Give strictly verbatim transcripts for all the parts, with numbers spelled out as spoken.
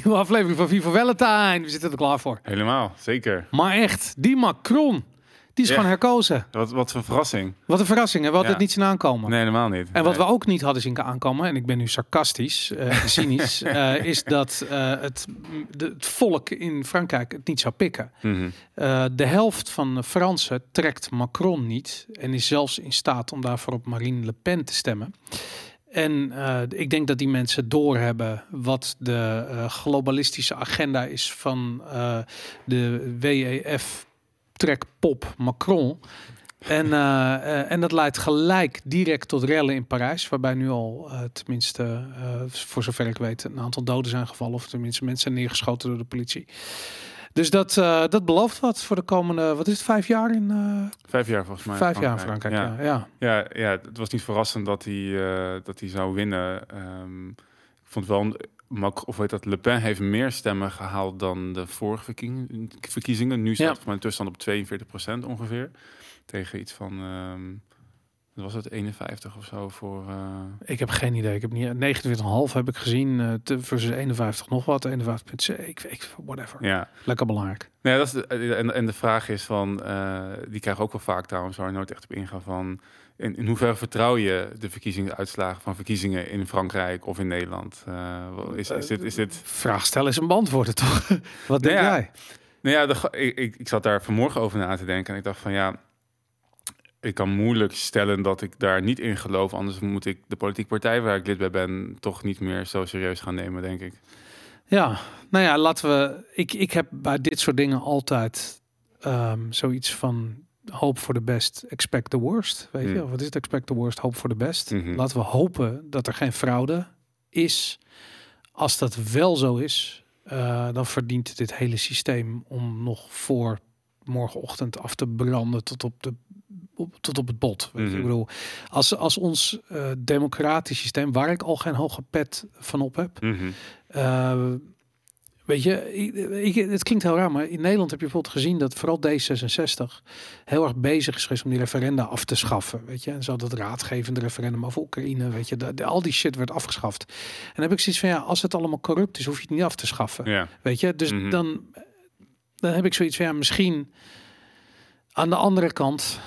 nieuwe aflevering van Viva Valentine. We zitten er klaar voor. Helemaal, zeker. Maar echt, die Macron, die is Ja. gewoon herkozen. Wat, wat een verrassing. Wat een verrassing. En we hadden Ja. het niet zien aankomen. Nee, helemaal niet. En wat nee. we ook niet hadden zien aankomen, en ik ben nu sarcastisch, uh, cynisch, uh, is dat uh, het, de, het volk in Frankrijk het niet zou pikken. Mm-hmm. Uh, de helft van de Fransen trekt Macron niet en is zelfs in staat om daarvoor op Marine Le Pen te stemmen. En uh, ik denk dat die mensen doorhebben wat de uh, globalistische agenda is van uh, de W E F trekpop Macron. En, uh, uh, en dat leidt gelijk direct tot rellen in Parijs, waarbij nu al uh, tenminste, uh, voor zover ik weet, een aantal doden zijn gevallen, of tenminste mensen zijn neergeschoten door de politie. Dus dat, uh, dat belooft wat voor de komende, wat is het, vijf jaar in? Uh, Vijf jaar volgens mij. Vijf jaar in Frankrijk, ja. Ja, ja. ja, ja het was niet verrassend dat hij, uh, dat hij zou winnen. Um, ik vond wel, Macron, of weet dat, Le Pen heeft meer stemmen gehaald dan de vorige verkiezingen. verkiezingen. Nu staat Ja. het mijn tussenstand op tweeënveertig procent ongeveer. Tegen iets van, um, was het eenenvijftig of zo voor... Uh... Ik heb geen idee. Ik heb niet negenentwintig komma vijf heb ik gezien uh, te, versus eenenvijftig nog wat, eenenvijftig komma zeven. Ik weet, whatever. Ja. Lekker belangrijk. Nee, dat is de, en, en de vraag is van, uh, die krijgen ook wel vaak trouwens, waar je nooit echt op ingaan van, in, in hoeverre vertrouw je de verkiezingsuitslagen van verkiezingen in Frankrijk of in Nederland? Uh, is, is dit, is dit... Vraag stellen is een beantwoorden, toch? Wat denk nou ja, jij? Nou ja, de, ik, ik, ik zat daar vanmorgen over na te denken en ik dacht van ja, ik kan moeilijk stellen dat ik daar niet in geloof. Anders moet ik de politieke partij waar ik lid bij ben toch niet meer zo serieus gaan nemen, denk ik. Ja, nou ja, laten we... Ik, ik heb bij dit soort dingen altijd um, zoiets van hope for the best, expect the worst. Weet mm. je, wat is het? Expect the worst, hope for the best. Mm-hmm. Laten we hopen dat er geen fraude is. Als dat wel zo is, uh, dan verdient dit hele systeem om nog voor morgenochtend af te branden tot op de Op, tot op het bot. Weet je? Mm-hmm. Ik bedoel, als, als ons uh, democratisch systeem, waar ik al geen hoge pet van op heb, mm-hmm. uh, weet je, ik, ik, het klinkt heel raar, maar in Nederland heb je bijvoorbeeld gezien dat vooral D zesenzestig heel erg bezig is geweest om die referenda af te schaffen, weet je, en zo dat raadgevende referendum over Oekraïne, weet je, de, de, al die shit werd afgeschaft. En dan heb ik zoiets van, ja, als het allemaal corrupt is, hoef je het niet af te schaffen, yeah. weet je, dus mm-hmm. dan, dan heb ik zoiets van, ja, misschien aan de andere kant.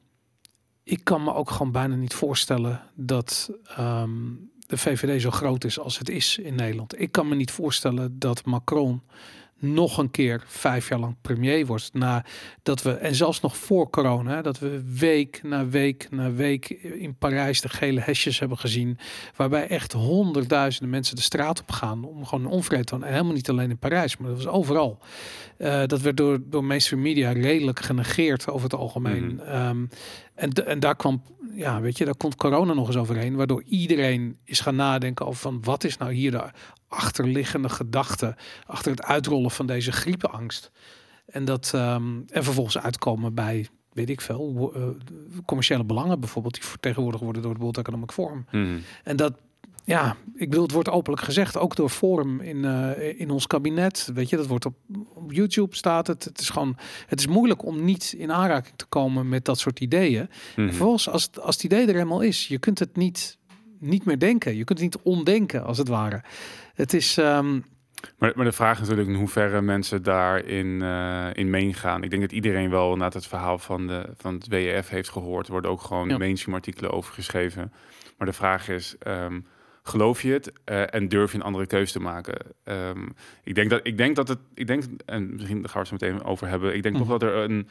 Ik kan me ook gewoon bijna niet voorstellen dat um, de V V D zo groot is als het is in Nederland. Ik kan me niet voorstellen dat Macron nog een keer vijf jaar lang premier wordt. Na dat we, en zelfs nog voor corona, dat we week na week na week in Parijs de gele hesjes hebben gezien. Waarbij echt honderdduizenden mensen de straat op gaan om gewoon een onvrede te doen. En helemaal niet alleen in Parijs, maar dat was overal. Uh, dat werd door, door mainstream media redelijk genegeerd over het algemeen. Mm-hmm. Um, en, de, en daar kwam, ja, weet je, daar komt corona nog eens overheen. Waardoor iedereen is gaan nadenken over van wat is nou hier de achterliggende gedachte achter het uitrollen van deze griepenangst. En dat um, en vervolgens uitkomen bij, weet ik veel, uh, commerciële belangen bijvoorbeeld, die vertegenwoordigd worden door het World Economic Forum. Mm. En dat, ja, ik bedoel, het wordt openlijk gezegd, ook door Forum in, uh, in ons kabinet. Weet je, dat wordt op, op YouTube staat het. Het is gewoon, het is moeilijk om niet in aanraking te komen met dat soort ideeën. Mm. En vervolgens, als, als het idee er helemaal is, je kunt het niet, niet meer denken. Je kunt het niet ondenken, als het ware. Het is... Um... Maar, maar de vraag is natuurlijk in hoeverre mensen daarin uh, in meegaan. Ik denk dat iedereen wel na het verhaal van, de, van het W E F heeft gehoord. Er worden ook gewoon ja. mainstream artikelen over geschreven. Maar de vraag is, um, geloof je het uh, en durf je een andere keuze te maken? Um, ik, denk dat, ik denk dat het, ik denk, en misschien gaan we het zo meteen over hebben. Ik denk mm. toch dat er een,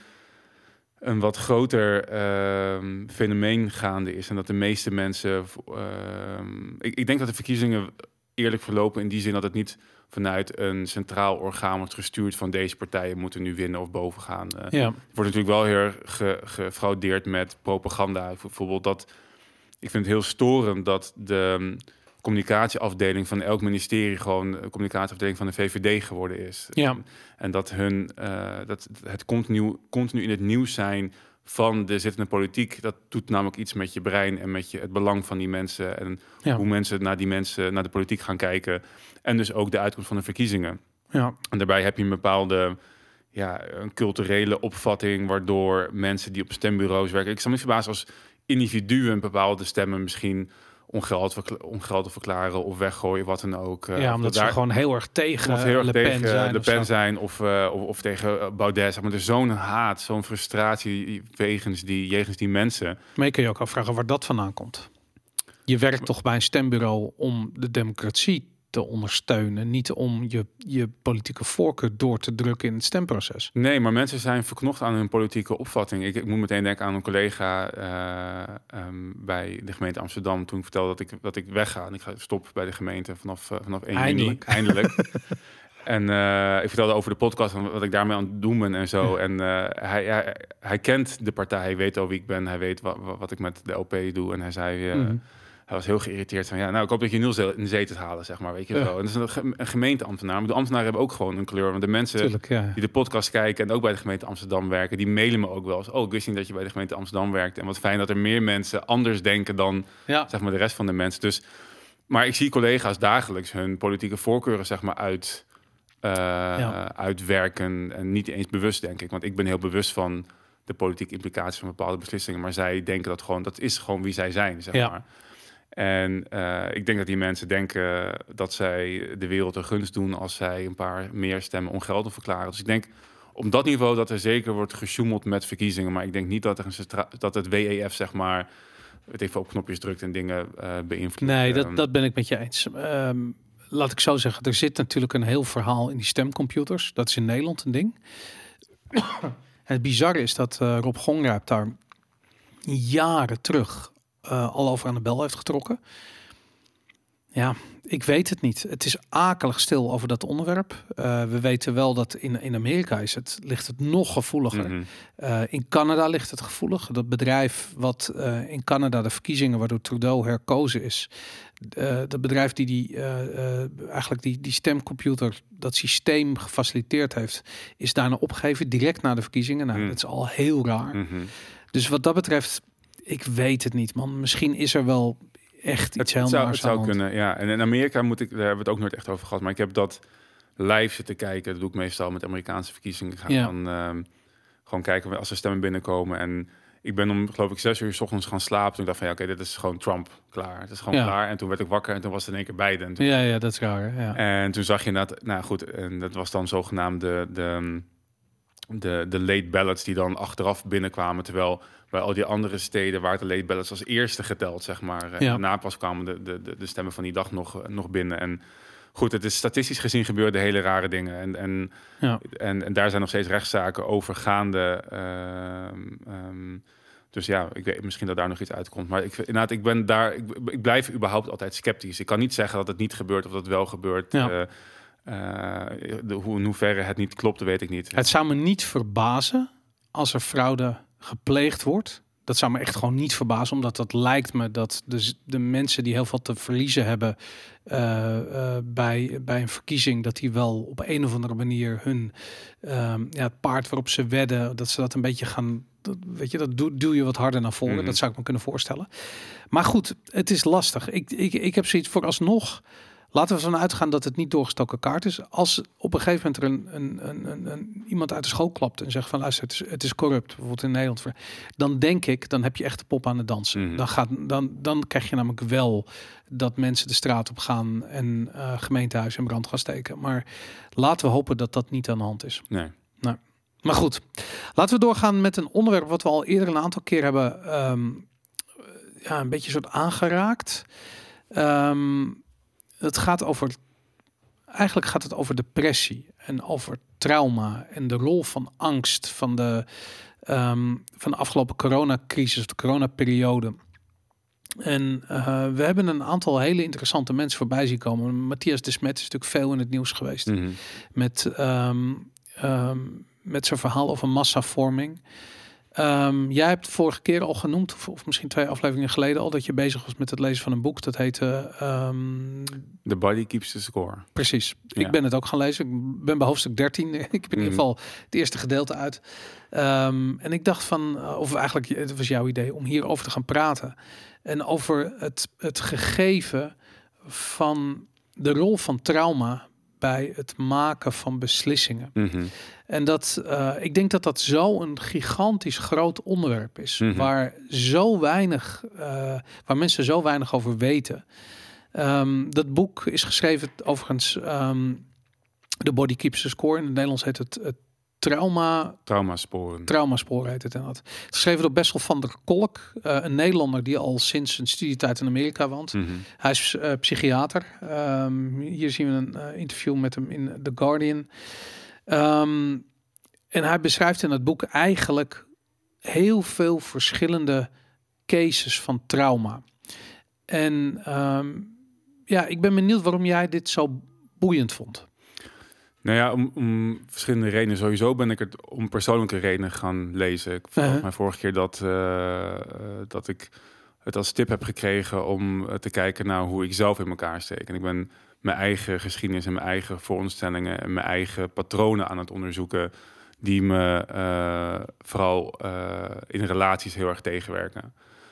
een wat groter uh, fenomeen gaande is. En dat de meeste mensen, uh, ik, ik denk dat de verkiezingen eerlijk verlopen in die zin dat het niet vanuit een centraal orgaan wordt gestuurd van deze partijen moeten nu winnen of boven gaan. Uh, ja. Het wordt natuurlijk wel heel erg ge, gefraudeerd met propaganda. Bijvoorbeeld dat, ik vind het heel storend dat de communicatieafdeling van elk ministerie gewoon de communicatieafdeling van de V V D geworden is. Ja. En dat hun uh, dat het continu, continu in het nieuws zijn van de zittende politiek, dat doet namelijk iets met je brein en met je, het belang van die mensen en ja. hoe mensen naar die mensen, naar de politiek gaan kijken. En dus ook de uitkomst van de verkiezingen. Ja. En daarbij heb je een bepaalde ja, een culturele opvatting, waardoor mensen die op stembureaus werken, ik zou me niet verbazen als individuen bepaalde stemmen misschien ongeldig, ongeldig verklaren of weggooien, wat dan ook. Uh, ja, omdat ze daar, gewoon heel erg tegen heel erg Le tegen Pen zijn. Le Pen zijn of, uh, of, of tegen Baudet. Zeg maar, dus zo'n haat, zo'n frustratie wegens die, jegens die mensen. Maar je kun je ook afvragen waar dat vandaan komt. Je werkt toch bij een stembureau om de democratie te ondersteunen, niet om je, je politieke voorkeur door te drukken in het stemproces. Nee, maar mensen zijn verknocht aan hun politieke opvatting. Ik, ik moet meteen denken aan een collega uh, um, bij de gemeente Amsterdam toen ik vertelde dat ik, dat ik wegga en ik ga stop bij de gemeente vanaf, uh, vanaf één juni. Eindelijk. En uh, ik vertelde over de podcast en wat ik daarmee aan het doen ben en zo. Ja. En uh, hij, hij, hij kent de partij, hij weet al wie ik ben, hij weet wat, wat ik met de L P doe. En hij zei... Uh, mm. Hij was heel geïrriteerd van, ja, nou, ik hoop dat je nul in zee te halen, zeg maar, weet je ja. zo. En dat is een, ge- een gemeenteambtenaar. Maar de ambtenaren hebben ook gewoon een kleur. Want de mensen Tuurlijk, ja. die de podcast kijken en ook bij de gemeente Amsterdam werken, die mailen me ook wel eens. Oh, ik wist niet dat je bij de gemeente Amsterdam werkt. En wat fijn dat er meer mensen anders denken dan, ja. zeg maar, de rest van de mensen. Dus, maar ik zie collega's dagelijks hun politieke voorkeuren, zeg maar, uit, uh, ja. uitwerken. En niet eens bewust, denk ik. Want ik ben heel bewust van de politieke implicaties van bepaalde beslissingen. Maar zij denken dat gewoon, dat is gewoon wie zij zijn, zeg ja. maar. En uh, ik denk dat die mensen denken dat zij de wereld een gunst doen als zij een paar meer stemmen ongeldig verklaren. Dus ik denk op dat niveau dat er zeker wordt gesjoemeld met verkiezingen. Maar ik denk niet dat, er een stra- dat het W E F, zeg maar, het even op knopjes drukt en dingen uh, beïnvloedt. Nee, dat, dat ben ik met je eens. Um, laat ik zo zeggen, er zit natuurlijk een heel verhaal in die stemcomputers. Dat is in Nederland een ding. Het bizarre is dat uh, Rob Gongraep daar jaren terug Uh, al over aan de bel heeft getrokken. Ja, ik weet het niet. Het is akelig stil over dat onderwerp. Uh, we weten wel dat in, in Amerika is het, ligt het nog gevoeliger. Mm-hmm. Uh, in Canada ligt het gevoelig. Dat bedrijf wat uh, in Canada de verkiezingen waardoor Trudeau herkozen is. Uh, dat bedrijf die, die uh, uh, eigenlijk die, die stemcomputer, dat systeem gefaciliteerd heeft, is daarna opgegeven direct na de verkiezingen. Nou, mm. dat is al heel raar. Mm-hmm. Dus wat dat betreft, ik weet het niet, man. Misschien is er wel echt iets heel naars. Het zou kunnen, ja. En in Amerika moet ik, daar hebben we het ook nooit echt over gehad, maar ik heb dat live zitten kijken. Dat doe ik meestal met Amerikaanse verkiezingen. Ik ga ja. dan uh, gewoon kijken als er stemmen binnenkomen. En ik ben om, geloof ik, zes uur 's ochtends gaan slapen. Toen ik dacht van, ja, oké, okay, dit is gewoon Trump, klaar. Het is gewoon ja. klaar. En toen werd ik wakker en toen was het in één keer Biden. Toen, ja, ja, dat is raar. Ja. En toen zag je dat, nou goed, en dat was dan zogenaamd de, de, de, de late ballots die dan achteraf binnenkwamen, terwijl bij al die andere steden waar de late ballots als eerste geteld, zeg maar. Ja. Daarna pas kwamen de, de, de stemmen van die dag nog, nog binnen. En goed, het is statistisch gezien gebeurde hele rare dingen. En, en, ja. en, en daar zijn nog steeds rechtszaken over gaande. Uh, um, dus ja, ik weet misschien dat daar nog iets uitkomt. Maar ik, inderdaad, ik ben daar. Ik, ik blijf überhaupt altijd sceptisch. Ik kan niet zeggen dat het niet gebeurt of dat het wel gebeurt. Ja. Uh, uh, de, hoe, in hoeverre het niet klopt, weet ik niet. Het zou me niet verbazen als er fraude gepleegd wordt. Dat zou me echt gewoon niet verbazen, omdat dat lijkt me dat de, de mensen die heel veel te verliezen hebben uh, uh, bij, bij een verkiezing, dat die wel op een of andere manier hun uh, ja, het paard waarop ze wedden, dat ze dat een beetje gaan, dat, weet je, dat doe, doe je wat harder naar voren. Mm-hmm. Dat zou ik me kunnen voorstellen. Maar goed, het is lastig. Ik, ik, ik heb zoiets vooralsnog. Laten we ervan uitgaan dat het niet doorgestoken kaart is. Als op een gegeven moment er een, een, een, een, een iemand uit de school klapt en zegt van luister, het is, het is corrupt, bijvoorbeeld in Nederland, dan denk ik, dan heb je echt de pop aan het dansen. Mm-hmm. Dan, gaat, dan, dan krijg je namelijk wel dat mensen de straat op gaan en uh, gemeentehuis in brand gaan steken. Maar laten we hopen dat dat niet aan de hand is. Nee. Nou, maar goed, laten we doorgaan met een onderwerp wat we al eerder een aantal keer hebben um, ja, een beetje soort aangeraakt. Um, Het gaat over, eigenlijk gaat het over depressie en over trauma en de rol van angst van de, um, van de afgelopen coronacrisis of de coronaperiode. En uh, we hebben een aantal hele interessante mensen voorbij zien komen. Matthias de Smet is natuurlijk veel in het nieuws geweest. Mm-hmm. Met, um, um, met zijn verhaal over massavorming. Um, jij hebt vorige keer al genoemd, of, of misschien twee afleveringen geleden al, dat je bezig was met het lezen van een boek. Dat heette Um... The Body Keeps the Score. Precies. Ja. Ik ben het ook gaan lezen. Ik ben bij hoofdstuk dertien. Ik heb in mm-hmm. ieder geval het eerste gedeelte uit. Um, en ik dacht van, of eigenlijk, het was jouw idee om hierover te gaan praten. En over het, het gegeven van de rol van trauma bij het maken van beslissingen. Mm-hmm. En dat, uh, ik denk dat dat zo een gigantisch groot onderwerp is, mm-hmm. waar zo weinig, uh, waar mensen zo weinig over weten. Um, dat boek is geschreven overigens, um, The Body Keeps the Score. In het Nederlands heet het, het Trauma... Traumasporen. Traumasporen heet het inderdaad. Het is geschreven door Bessel van der Kolk. Uh, een Nederlander die al sinds zijn studietijd in Amerika woont. Mm-hmm. Hij is uh, psychiater. Um, hier zien we een uh, interview met hem in The Guardian. Um, en hij beschrijft in het boek eigenlijk heel veel verschillende cases van trauma. En um, ja, ik ben benieuwd waarom jij dit zo boeiend vond. Nou ja, om, om verschillende redenen. Sowieso ben ik het om persoonlijke redenen gaan lezen. Ik vond uh-huh. mij vorige keer dat, uh, dat ik het als tip heb gekregen om te kijken naar hoe ik zelf in elkaar steek. En ik ben mijn eigen geschiedenis en mijn eigen vooronderstellingen en mijn eigen patronen aan het onderzoeken die me uh, vooral uh, in relaties heel erg tegenwerken.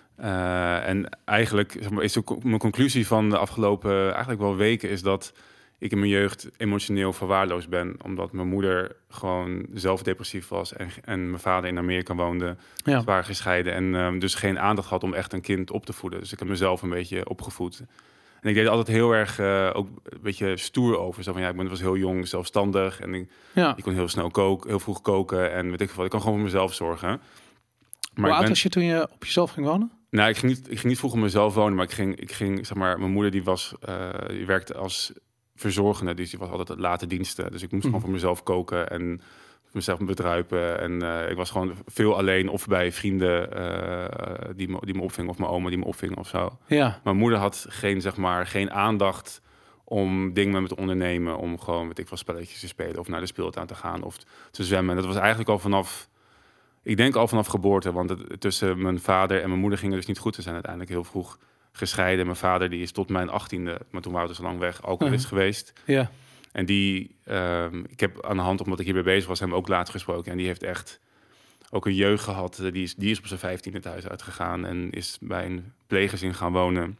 Uh, en eigenlijk zeg maar, is de, mijn conclusie van de afgelopen eigenlijk wel weken is dat ik in mijn jeugd emotioneel verwaarloosd ben. Omdat mijn moeder gewoon zelf depressief was en, en mijn vader in Amerika woonde. Ja. Ze waren gescheiden en um, dus geen aandacht had om echt een kind op te voeden. Dus ik heb mezelf een beetje opgevoed. En ik deed altijd heel erg uh, ook een beetje stoer over. Zo van ja, ik ben, was heel jong, zelfstandig en ik, ja. ik kon heel snel koken, heel vroeg koken en weet ik veel. Ik kan gewoon voor mezelf zorgen. Maar Hoe oud ben... was je toen je op jezelf ging wonen? Nou, ik ging niet, ik ging niet vroeg op mezelf wonen, maar ik ging, ik ging zeg maar, mijn moeder die was, uh, die werkte als verzorgende, dus die was altijd late diensten. Dus ik moest mm. gewoon voor mezelf koken en mezelf bedruipen. En uh, ik was gewoon veel alleen of bij vrienden uh, die, me, die me opvingen of mijn oma die me opving of zo. Ja. Mijn moeder had geen, zeg maar, geen aandacht om dingen met me te ondernemen, om gewoon, weet ik veel, spelletjes te spelen of naar de speeltuin te gaan of te zwemmen. En dat was eigenlijk al vanaf, ik denk al vanaf geboorte, want het, tussen mijn vader en mijn moeder ging het dus niet goed. Ze zijn uiteindelijk heel vroeg gescheiden. Mijn vader die is tot mijn achttiende, maar toen waren we dus lang weg, alcoholist uh, geweest. Ja. En die, um, ik heb aan de hand, omdat ik hierbij bezig was, hem ook later gesproken. En die heeft echt ook een jeugd gehad. Die is, die is op zijn vijftiende thuis uitgegaan en is bij een pleeggezin gaan wonen.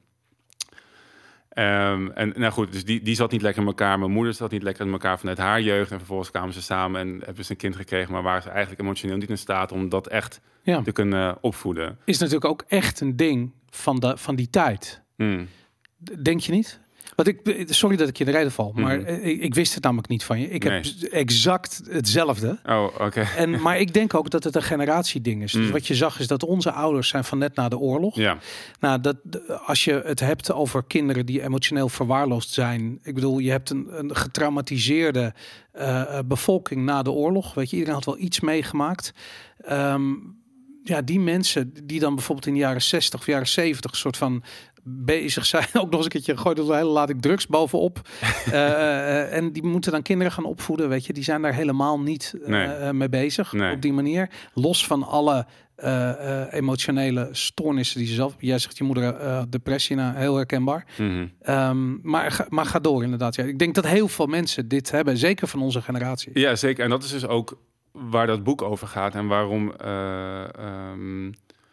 Um, en nou goed, dus die, die zat niet lekker in elkaar. Mijn moeder zat niet lekker in elkaar vanuit haar jeugd. En vervolgens kwamen ze samen en hebben ze een kind gekregen. Maar waren ze eigenlijk emotioneel niet in staat om dat echt ja. te kunnen opvoeden. Is natuurlijk ook echt een ding van, de, van die tijd. Mm. Denk je niet? Want ik, sorry dat ik je de reden val, maar mm-hmm. ik, ik wist het namelijk niet van je. Ik nee. heb exact hetzelfde. Oh, oké. Okay. En maar ik denk ook dat het een generatieding is. Mm. Dus wat je zag is dat onze ouders zijn van net na de oorlog. Ja. Nou, dat als je het hebt over kinderen die emotioneel verwaarloosd zijn. Ik bedoel, je hebt een, een getraumatiseerde uh, bevolking na de oorlog. Weet je, iedereen had wel iets meegemaakt. Um, ja, die mensen die dan bijvoorbeeld in de jaren zestig of jaren zeventig een soort van bezig zijn, ook nog eens een keertje gooit er hele laat ik drugs bovenop. uh, uh, en die moeten dan kinderen gaan opvoeden, weet je. Die zijn daar helemaal niet uh, nee. mee bezig nee. op die manier. Los van alle uh, uh, emotionele stoornissen die ze zelf... Jij zegt je moeder uh, depressie, nou, heel herkenbaar. Mm-hmm. Um, maar, ga, maar ga door inderdaad. Ja. Ik denk dat heel veel mensen dit hebben, zeker van onze generatie. Ja, zeker. En dat is dus ook waar dat boek over gaat en waarom... Uh, um,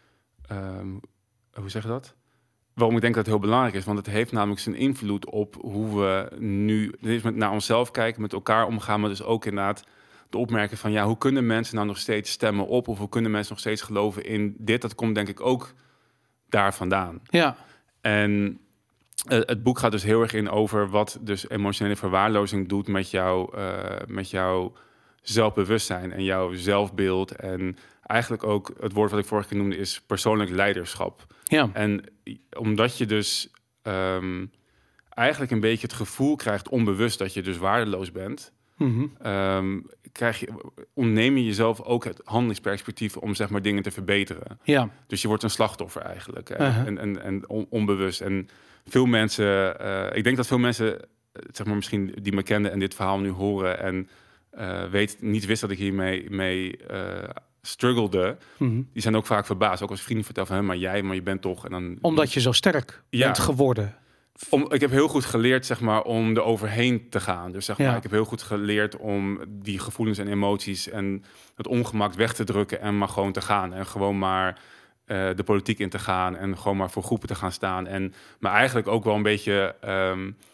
um, hoe zeg je dat? Waarom ik denk dat het heel belangrijk is. Want het heeft namelijk zijn invloed op hoe we nu met naar onszelf kijken, met elkaar omgaan. Maar dus ook inderdaad de opmerking van ja, hoe kunnen mensen nou nog steeds stemmen op? Of hoe kunnen mensen nog steeds geloven in dit? Dat komt denk ik ook daar vandaan. Ja. En uh, het boek gaat dus heel erg in over wat dus emotionele verwaarlozing doet met jou, uh, met jouw zelfbewustzijn en jouw zelfbeeld. En eigenlijk ook het woord wat ik vorige keer noemde is persoonlijk leiderschap. Ja. En omdat je dus um, eigenlijk een beetje het gevoel krijgt, onbewust, dat je dus waardeloos bent, mm-hmm. um, krijg je, ontneem je jezelf ook het handelingsperspectief om zeg maar dingen te verbeteren. Ja. Dus je wordt een slachtoffer eigenlijk. Uh-huh. En, en, en on, onbewust. En veel mensen, uh, ik denk dat veel mensen, zeg maar misschien die me kenden en dit verhaal nu horen en uh, weet, niet wist dat ik hiermee mee uh, struggelde, mm-hmm. die zijn ook vaak verbaasd. Ook als vrienden vertellen van, maar jij, maar je bent toch... En dan, Omdat je zo sterk ja. bent geworden. Om, ik heb heel goed geleerd, zeg maar, om er overheen te gaan. Dus zeg maar, ja. ik heb heel goed geleerd om die gevoelens en emoties en het ongemak weg te drukken en maar gewoon te gaan. En gewoon maar uh, de politiek in te gaan en gewoon maar voor groepen te gaan staan. En maar eigenlijk ook wel een beetje... Um,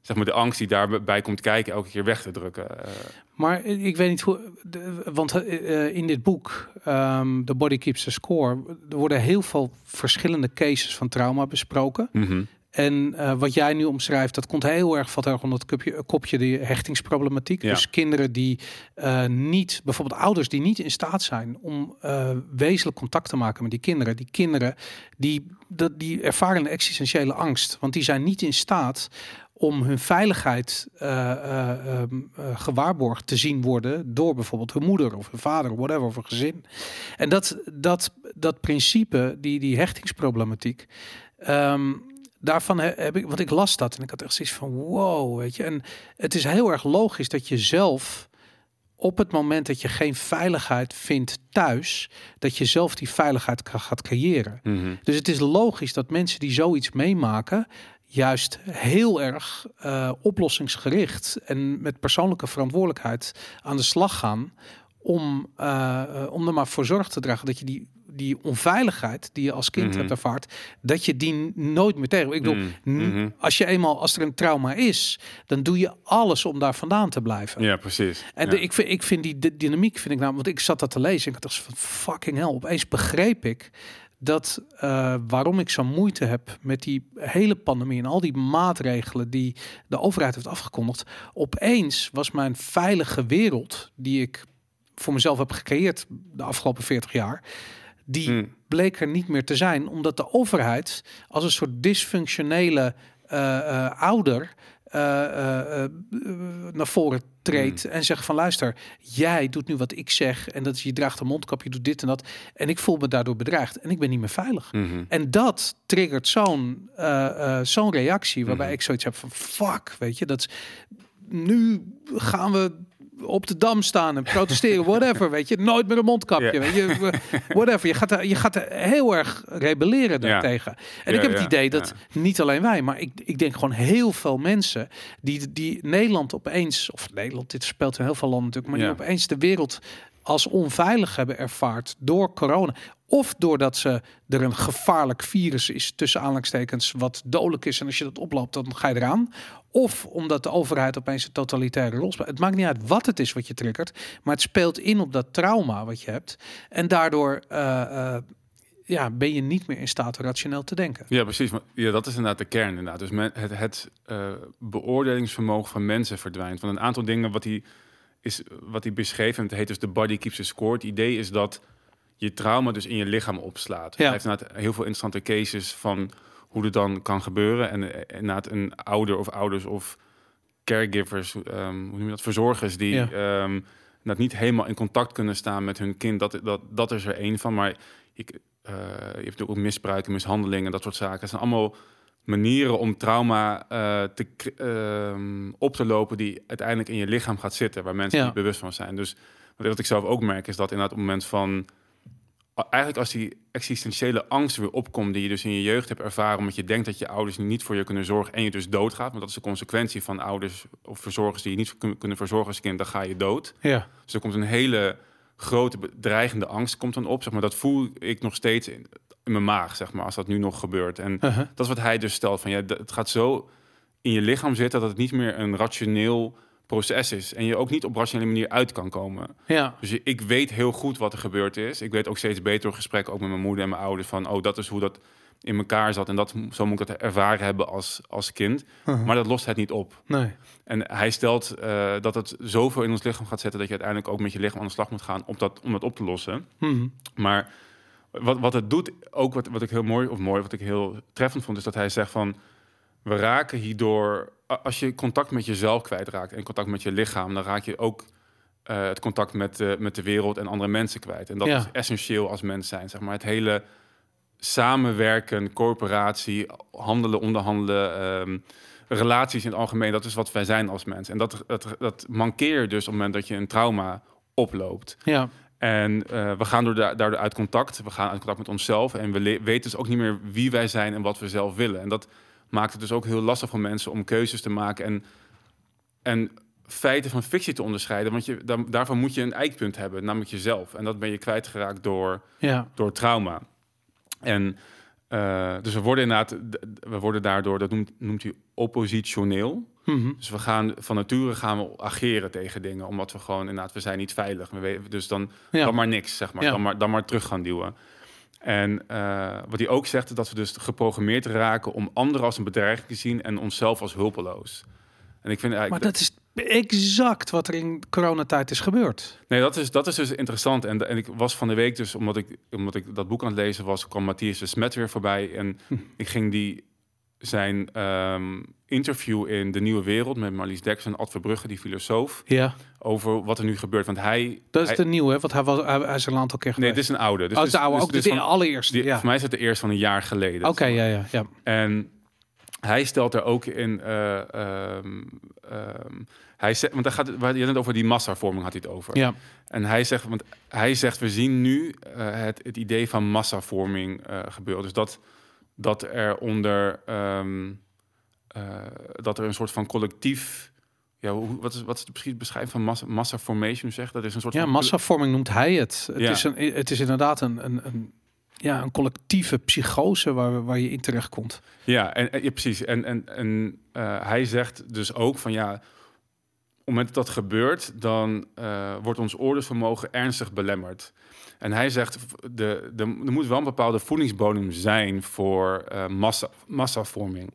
zeg maar de angst die daarbij komt kijken elke keer weg te drukken. Uh. Maar ik weet niet hoe, de, want uh, in dit boek, um, The Body Keeps the Score, er worden heel veel verschillende cases van trauma besproken. Mm-hmm. En uh, wat jij nu omschrijft, dat komt heel erg van erg onder het kopje, kopje de hechtingsproblematiek. Ja. Dus kinderen die uh, niet, bijvoorbeeld ouders die niet in staat zijn om uh, wezenlijk contact te maken met die kinderen. Die kinderen die, dat, die ervaren een existentiële angst, want die zijn niet in staat om hun veiligheid uh, uh, uh, gewaarborgd te zien worden door bijvoorbeeld hun moeder of hun vader, whatever, of een gezin. En dat, dat, dat principe, die, die hechtingsproblematiek, um, daarvan heb ik, want ik las dat en ik had echt zoiets van wow, weet je. En het is heel erg logisch dat je zelf op het moment dat je geen veiligheid vindt thuis, dat je zelf die veiligheid gaat creëren. Mm-hmm. Dus het is logisch dat mensen die zoiets meemaken juist heel erg uh, oplossingsgericht en met persoonlijke verantwoordelijkheid aan de slag gaan om, uh, uh, om er maar voor zorg te dragen dat je die die onveiligheid die je als kind mm-hmm. hebt ervaart, dat je die nooit meer tegen. Ik bedoel, mm-hmm. als je eenmaal, als er een trauma is, dan doe je alles om daar vandaan te blijven. Ja, precies. En ja. de, ik, vind, ik vind die de, dynamiek, vind ik nou, want ik zat dat te lezen en ik dacht van fucking hell. Opeens begreep ik dat uh, waarom ik zo'n moeite heb met die hele pandemie en al die maatregelen die de overheid heeft afgekondigd. Opeens was mijn veilige wereld, die ik voor mezelf heb gecreëerd de afgelopen veertig jaar, die hmm. bleek er niet meer te zijn, omdat de overheid als een soort dysfunctionele uh, uh, ouder uh, uh, uh, naar voren treedt hmm. en zegt van luister, jij doet nu wat ik zeg en dat is je draagt een mondkapje, je doet dit en dat en ik voel me daardoor bedreigd en ik ben niet meer veilig. Mm-hmm. En dat triggert zo'n uh, uh, zo'n reactie waarbij mm-hmm. ik zoiets heb van fuck, weet je, dat is, nu gaan we op de Dam staan en protesteren, whatever, weet je, nooit meer een mondkapje, yeah. weet je, whatever. Je gaat er, je gaat er heel erg rebelleren daartegen. Ja. En ja, ik heb het ja, idee dat ja. niet alleen wij, maar ik, ik denk gewoon heel veel mensen die, die Nederland opeens, of Nederland, dit speelt in heel veel landen natuurlijk, maar ja. die opeens de wereld als onveilig hebben ervaard door corona. Of doordat ze er een gevaarlijk virus is, tussen aanhalingstekens, wat dodelijk is. En als je dat oploopt, dan ga je eraan. Of omdat de overheid opeens een totalitaire rol speelt. Het maakt niet uit wat het is wat je triggert. Maar het speelt in op dat trauma wat je hebt. En daardoor uh, uh, ja, ben je niet meer in staat rationeel te denken. Ja, precies. Ja, dat is inderdaad de kern. Inderdaad. Dus men, het, het uh, beoordelingsvermogen van mensen verdwijnt. Want een aantal dingen wat hij, is, wat hij beschreef, en het heet dus The Body Keeps the Score. Het idee is dat je trauma dus in je lichaam opslaat. Ja. Hij heeft inderdaad heel veel interessante cases van hoe het dan kan gebeuren. En inderdaad een ouder of ouders of caregivers, um, hoe noem je dat, verzorgers die ja. um, dat niet helemaal in contact kunnen staan met hun kind. Dat, dat, dat is er één van. Maar je, uh, je hebt ook misbruiken, mishandelingen, dat soort zaken. Het zijn allemaal manieren om trauma uh, te, uh, op te lopen die uiteindelijk in je lichaam gaat zitten, waar mensen ja. niet bewust van zijn. Dus wat ik zelf ook merk is dat inderdaad op het moment van eigenlijk als die existentiële angst weer opkomt die je dus in je jeugd hebt ervaren, omdat je denkt dat je ouders niet voor je kunnen zorgen en je dus doodgaat, want dat is de consequentie van ouders of verzorgers die je niet kunnen verzorgen als kind, dan ga je dood. Ja. Dus er komt een hele grote bedreigende angst komt dan op, zeg maar. Dat voel ik nog steeds in, in mijn maag, zeg maar, als dat nu nog gebeurt. En uh-huh. dat is wat hij dus stelt van ja, het gaat zo in je lichaam zitten dat het niet meer een rationeel proces is en je ook niet op rationele manier uit kan komen. Ja. Dus je, ik weet heel goed wat er gebeurd is. Ik weet ook steeds beter door gesprekken ook met mijn moeder en mijn ouders van oh, dat is hoe dat in elkaar zat en dat zo moet ik dat ervaren hebben als als kind. Uh-huh. Maar dat lost het niet op. Nee. En hij stelt uh, dat het zoveel in ons lichaam gaat zetten dat je uiteindelijk ook met je lichaam aan de slag moet gaan om dat om dat op te lossen. Uh-huh. Maar wat wat het doet, ook wat wat ik heel mooi of mooi wat ik heel treffend vond, is dat hij zegt van we raken hierdoor, als je contact met jezelf kwijtraakt en contact met je lichaam, dan raak je ook uh, het contact met, uh, met de wereld en andere mensen kwijt. En dat ja. is essentieel als mens zijn. Zeg maar. Het hele samenwerken, corporatie, handelen, onderhandelen, um, relaties in het algemeen, dat is wat wij zijn als mens. En dat, dat, dat mankeer je dus op het moment dat je een trauma oploopt. Ja. En uh, we gaan door da- daardoor uit contact. We gaan uit contact met onszelf. En we le- weten dus ook niet meer wie wij zijn en wat we zelf willen. En dat maakt het dus ook heel lastig voor mensen om keuzes te maken en, en feiten van fictie te onderscheiden. Want je, daar, daarvan moet je een eikpunt hebben, namelijk jezelf. En dat ben je kwijtgeraakt door, ja. door trauma. En uh, dus we worden inderdaad, we worden daardoor, dat noemt, noemt hij oppositioneel. Mm-hmm. Dus we gaan van nature gaan we ageren tegen dingen, omdat we gewoon inderdaad, we zijn niet veilig. We weten, dus dan, ja. dan maar niks, zeg maar. Ja. Dan maar, dan maar terug gaan duwen. En uh, wat hij ook zegt, is dat we dus geprogrammeerd raken om anderen als een bedreiging te zien en onszelf als hulpeloos. En ik vind eigenlijk maar dat is exact wat er in coronatijd is gebeurd. Nee, dat is, dat is dus interessant. En, en ik was van de week dus, omdat ik, omdat ik dat boek aan het lezen was, kwam Matthias de Smet weer voorbij. En hm. ik ging die zijn um, interview in De Nieuwe Wereld met Marlies Dekkers en Ad Verbrugge, die filosoof, ja. over wat er nu gebeurt. Want hij... Dat is hij, de nieuwe, hè? Want hij, was, hij, hij is een aantal keer geweest. Nee, dit is een oude. Dus oh, het is de oude, dus, ook dus de van, allereerste. Die, ja. Voor mij is het de eerste van een jaar geleden. Oké, okay, ja, ja, ja. En hij stelt er ook in... Uh, um, um, hij zegt, want hij gaat, waar je het over die massavorming had hij het over. Ja. En hij zegt, want hij zegt, we zien nu uh, het, het idee van massavorming uh, gebeuren. Dus dat, dat er onder... Um, Uh, dat er een soort van collectief... Ja, hoe, wat is wat is het precies beschrijven van massa, massa formation? Zeg dat is een soort ja, van massavorming noemt hij het. Het, ja. is, een, het is inderdaad een, een, een, ja, een collectieve psychose waar, waar je in terecht komt. Ja, en, en ja, precies. En, en, en uh, hij zegt dus ook van ja, op het moment dat dat gebeurt, dan uh, wordt ons oordeelsvermogen ernstig belemmerd. En hij zegt, de, de, er moet wel een bepaalde voedingsbodem zijn voor uh, massa, massavorming.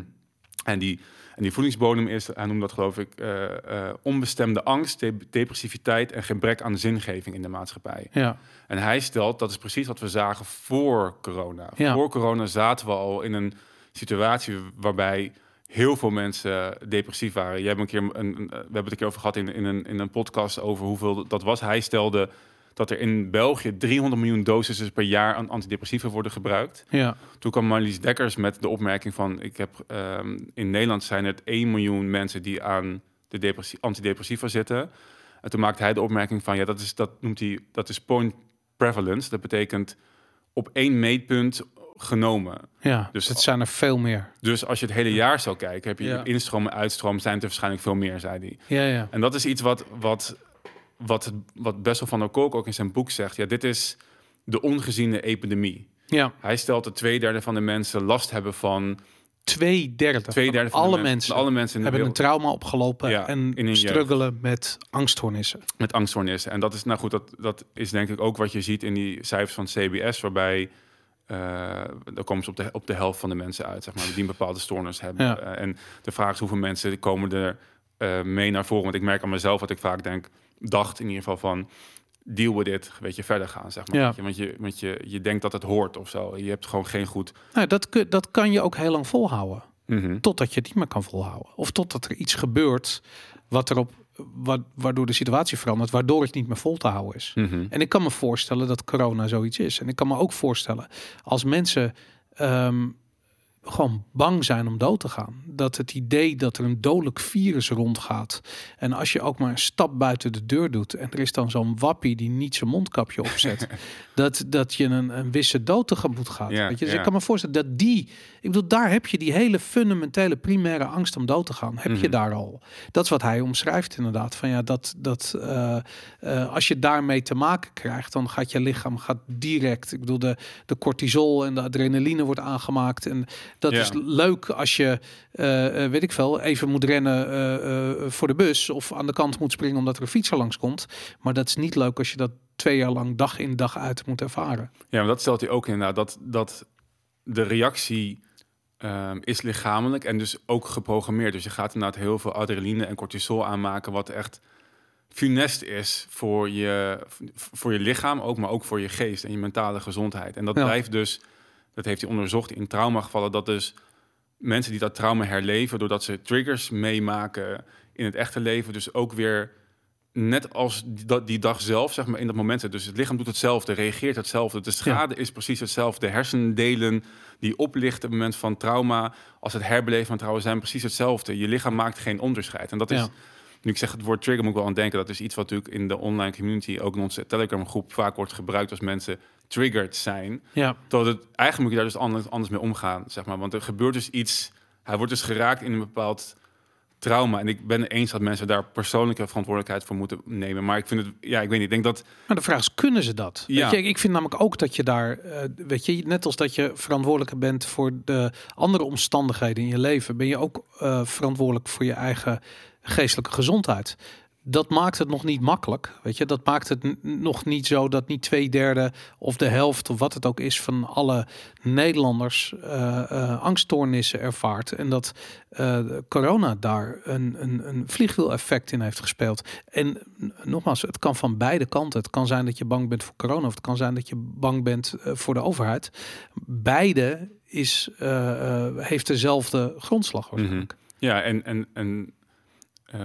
En die, en die voedingsbodem is, hij noemt dat geloof ik, uh, uh, onbestemde angst, de- depressiviteit en gebrek aan zingeving in de maatschappij. Ja. En hij stelt, dat is precies wat we zagen voor corona. Ja. Voor corona zaten we al in een situatie waarbij heel veel mensen depressief waren. Jij hebt een keer een, een, we hebben het een keer over gehad in, in, een, in een podcast over hoeveel dat was. Hij stelde dat er in België driehonderd miljoen dosissen per jaar aan antidepressiva worden gebruikt. Ja. Toen kwam Marlies Dekkers met de opmerking van... ik heb um, in Nederland zijn er één miljoen mensen die aan de depressie, antidepressiva zitten. En toen maakte hij de opmerking van... ja, dat is, dat noemt hij, dat is point prevalence. Dat betekent op één meetpunt genomen. Ja, dus het zijn er veel meer. Dus als je het hele jaar zou kijken... heb je ja. instroom en uitstroom, zijn het er waarschijnlijk veel meer, zei hij. Ja, ja. En dat is iets wat... wat Wat, wat Bessel van der Kolk ook in zijn boek zegt... ja, dit is de ongeziene epidemie. Ja. Hij stelt dat twee derde van de mensen last hebben van... Twee derde, twee derde van, van alle mensen, mensen, alle mensen in de hebben wereld, een trauma opgelopen... ja, en in struggelen jeugd. met angststoornissen. Met angststoornissen. En dat is, nou goed, dat, dat is denk ik ook wat je ziet in die cijfers van het C B S... waarbij... Uh, daar komen ze op de, op de helft van de mensen uit, zeg maar, die een bepaalde stoornis hebben. Ja. Uh, en de vraag is hoeveel mensen komen er uh, mee naar voren. Want ik merk aan mezelf wat ik vaak denk... dacht in ieder geval van deal with it, weet je, verder gaan, zeg maar. Ja. Want je, want je, je denkt dat het hoort of zo. Je hebt gewoon geen goed... Nou, dat, kun, dat kan je ook heel lang volhouden. Mm-hmm. Totdat je het niet meer kan volhouden. Of totdat er iets gebeurt wat erop, wa- waardoor de situatie verandert, waardoor het niet meer vol te houden is. Mm-hmm. En ik kan me voorstellen dat corona zoiets is. En ik kan me ook voorstellen als mensen um, gewoon bang zijn om dood te gaan. Dat het idee dat er een dodelijk virus rondgaat. En als je ook maar een stap buiten de deur doet. En er is dan zo'n wappie die niet zijn mondkapje opzet. dat, dat je een, een wisse dood tegemoet gaat. Ja, weet je? Dus ja. ik kan me voorstellen dat die... Ik bedoel, daar heb je die hele fundamentele primaire angst om dood te gaan. Heb Mm-hmm. je daar al. Dat is wat hij omschrijft inderdaad. Van ja, dat, dat uh, uh, als je daarmee te maken krijgt, dan gaat je lichaam gaat direct. Ik bedoel, de, de cortisol en de adrenaline wordt aangemaakt. En dat Ja. is leuk als je, uh, uh, weet ik veel, even moet rennen uh, uh, voor de bus of aan de kant moet springen omdat er een fietser langskomt. Maar dat is niet leuk als je dat twee jaar lang dag in dag uit moet ervaren. Ja, maar dat stelt hij ook inderdaad. Dat, dat de reactie um, is lichamelijk en dus ook geprogrammeerd. Dus je gaat inderdaad heel veel adrenaline en cortisol aanmaken, wat echt funest is voor je, voor je lichaam ook, maar ook voor je geest en je mentale gezondheid. En dat Ja. blijft dus, dat heeft hij onderzocht in traumagevallen, dat dus mensen die dat trauma herleven, doordat ze triggers meemaken in het echte leven, dus ook weer net als die, die dag zelf, zeg maar, in dat moment. Dus het lichaam doet hetzelfde, reageert hetzelfde. De schade ja. is precies hetzelfde. De hersendelen die oplichten op het moment van trauma, als het herbeleven van trauma, zijn precies hetzelfde. Je lichaam maakt geen onderscheid. En dat is, ja. nu ik zeg het woord trigger, moet ik wel aan denken. Dat is iets wat natuurlijk in de online community, ook in onze Telegram groep, vaak wordt gebruikt als mensen triggered zijn. Ja. Terwijl het, eigenlijk moet je daar dus anders, anders mee omgaan, zeg maar. Want er gebeurt dus iets, hij wordt dus geraakt in een bepaald trauma. En ik ben het eens dat mensen daar persoonlijke verantwoordelijkheid voor moeten nemen. Maar ik vind het, ja, ik weet niet, ik denk dat... Maar de vraag is, kunnen ze dat? Ja. Weet je, ik vind namelijk ook dat je daar, uh, weet je, net als dat je verantwoordelijk bent voor de andere omstandigheden in je leven, ben je ook uh, verantwoordelijk voor je eigen geestelijke gezondheid. Dat maakt het nog niet makkelijk, weet je. Dat maakt het n- nog niet zo dat niet twee derde of de helft of wat het ook is van alle Nederlanders uh, uh, angststoornissen ervaart en dat uh, corona daar een, een, een vliegwiel-effect in heeft gespeeld. En nogmaals, het kan van beide kanten. Het kan zijn dat je bang bent voor corona of het kan zijn dat je bang bent uh, voor de overheid. Beide is uh, uh, heeft dezelfde grondslag waarschijnlijk. Mm-hmm. Ja, en en en uh...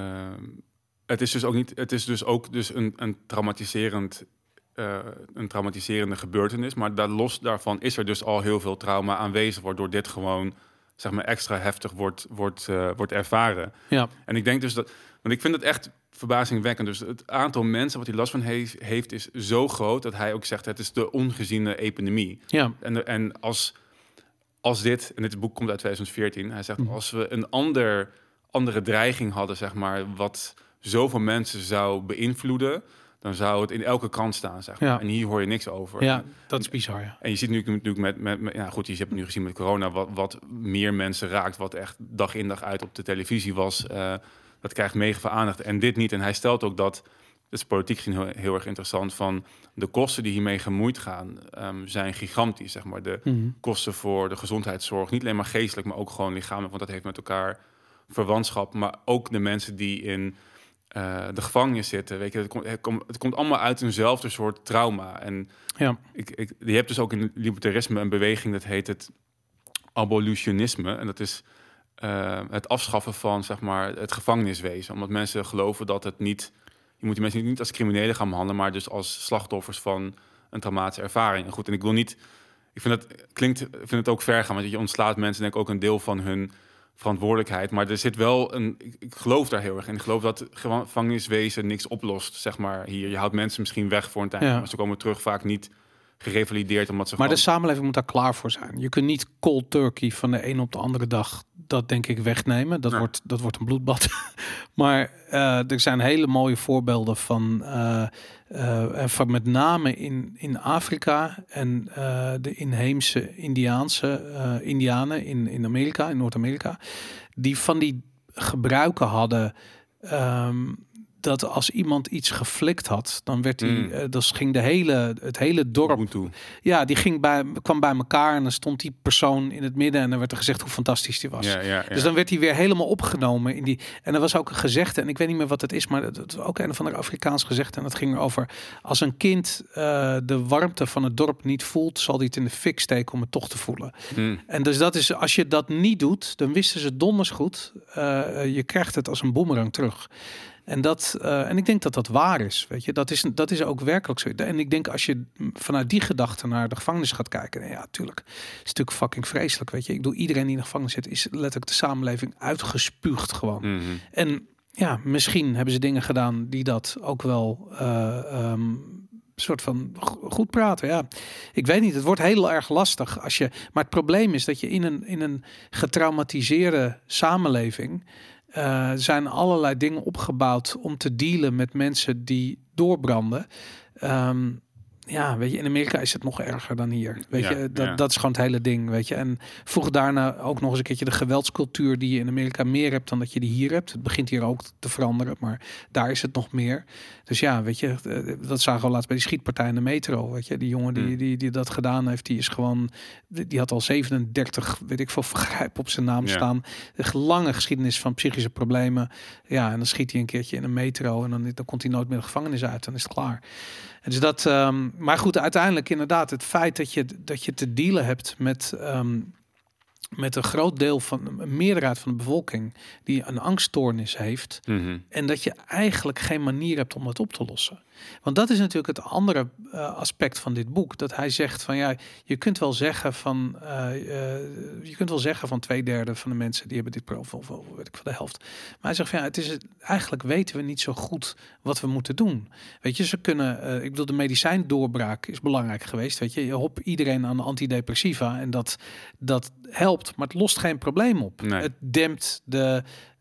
Het is dus ook niet. Het is dus ook dus een, een traumatiserend, uh, een traumatiserende gebeurtenis. Maar daar los daarvan is er dus al heel veel trauma aanwezig, waardoor dit gewoon zeg maar extra heftig wordt, wordt, uh, wordt ervaren. Ja. En ik denk dus dat, want ik vind het echt verbazingwekkend. Dus het aantal mensen wat hij last van heeft, heeft is zo groot dat hij ook zegt: het is de ongeziene epidemie. Ja. En, en als als dit, en dit boek komt uit twintig veertien, hij zegt: Mm. als we een ander andere dreiging hadden, zeg maar, wat zoveel mensen zou beïnvloeden, dan zou het in elke krant staan, zeg maar. Ja. En hier hoor je niks over. Ja, dat is bizar, ja. En je ziet nu natuurlijk met, met, met ja goed, je hebt nu gezien met corona, wat, wat meer mensen raakt, wat echt dag in dag uit op de televisie was. Uh, dat krijgt mega veel aandacht. En dit niet. En hij stelt ook dat, het is politiek gezien heel, heel erg interessant, van de kosten die hiermee gemoeid gaan, um, zijn gigantisch, zeg maar. De mm-hmm. kosten voor de gezondheidszorg, niet alleen maar geestelijk, maar ook gewoon lichamelijk, want dat heeft met elkaar verwantschap. Maar ook de mensen die in Uh, de gevangenis zitten, weet je, het komt, het, komt, het komt allemaal uit eenzelfde soort trauma. En ja. ik, ik, je hebt dus ook in libertarisme een beweging, dat heet het abolitionisme. En dat is uh, het afschaffen van, zeg maar, het gevangeniswezen. Omdat mensen geloven dat het niet... Je moet die mensen niet als criminelen gaan behandelen, maar dus als slachtoffers van een traumatische ervaring. En goed, en ik wil niet... Ik vind het klinkt, ik vind het ook ver gaan, want je ontslaat mensen, denk ik, ook een deel van hun verantwoordelijkheid. Maar er zit wel een... Ik, ik geloof daar heel erg in. Ik geloof dat gevangeniswezen niks oplost, zeg maar, hier. Je houdt mensen misschien weg voor een tijd, ja. maar ze komen terug vaak niet gerevalideerd, omdat ze Maar gewoon... de samenleving moet daar klaar voor zijn. Je kunt niet cold turkey van de een op de andere dag dat, denk ik, wegnemen. Dat, ja. wordt, dat wordt een bloedbad. Maar uh, er zijn hele mooie voorbeelden van... Uh, uh, van met name in, in Afrika en uh, de inheemse Indiaanse uh, Indianen in, in Amerika, in Noord-Amerika, die van die gebruiken hadden... Um, dat als iemand iets geflikt had, dan werd hij, mm. uh, dat ging de hele, het hele dorp, ja, die ging bij, kwam bij elkaar en dan stond die persoon in het midden en dan werd er gezegd hoe fantastisch die was. Ja, ja, ja. Dus dan werd hij weer helemaal opgenomen in die. En er was ook een gezegde, en ik weet niet meer wat het is, maar het was ook een van de Afrikaans gezegde en dat ging erover: als een kind uh, de warmte van het dorp niet voelt, zal hij het in de fik steken om het toch te voelen. Mm. En dus dat is, als je dat niet doet, dan wisten ze donders goed. Uh, je krijgt het als een boemerang terug. En, dat, uh, en ik denk dat dat waar is. Weet je? Dat is, dat is ook werkelijk zo. En ik denk als je vanuit die gedachte naar de gevangenis gaat kijken. Nou ja, tuurlijk. Het is natuurlijk fucking vreselijk. Weet je? Ik bedoel, iedereen die in de gevangenis zit, is letterlijk de samenleving uitgespuugd gewoon. Mm-hmm. En ja, misschien hebben ze dingen gedaan die dat ook wel uh, um, soort van goed praten. Ja, ik weet niet. Het wordt heel erg lastig als je. Maar het probleem is dat je in een, in een getraumatiseerde samenleving. Uh, zijn allerlei dingen opgebouwd om te dealen met mensen die doorbranden. Um, ja, weet je, in Amerika is het nog erger dan hier. Weet ja, je, dat, ja. dat is gewoon het hele ding, weet je. En voeg daarna ook nog eens een keertje de geweldscultuur die je in Amerika meer hebt dan dat je die hier hebt. Het begint hier ook te veranderen, maar daar is het nog meer. Dus ja, weet je, dat zagen we laatst bij die schietpartij in de metro, weet je. Die jongen die, die, die dat gedaan heeft, die is gewoon, die had al zevenendertig, weet ik veel, vergrijp op zijn naam ja. staan. Een lange geschiedenis van psychische problemen. Ja, en dan schiet hij een keertje in een metro en dan, dan komt hij nooit meer de gevangenis uit. Dan is het klaar. En dus dat, um, maar goed, uiteindelijk inderdaad het feit dat je, dat je te dealen hebt met, um, met een groot deel van, een meerderheid van de bevolking die een angststoornis heeft. Mm-hmm. En dat je eigenlijk geen manier hebt om dat op te lossen. Want dat is natuurlijk het andere uh, aspect van dit boek. Dat hij zegt van ja, je kunt wel zeggen van uh, uh, je kunt wel zeggen van twee derde van de mensen die hebben dit profiel, of, of weet ik van de helft. Maar hij zegt van ja, het is eigenlijk weten we niet zo goed wat we moeten doen. Weet je, ze kunnen, uh, ik bedoel, de medicijndoorbraak is belangrijk geweest. Weet je, je hop iedereen aan de antidepressiva en dat dat helpt, maar het lost geen probleem op. Nee. Het dempt de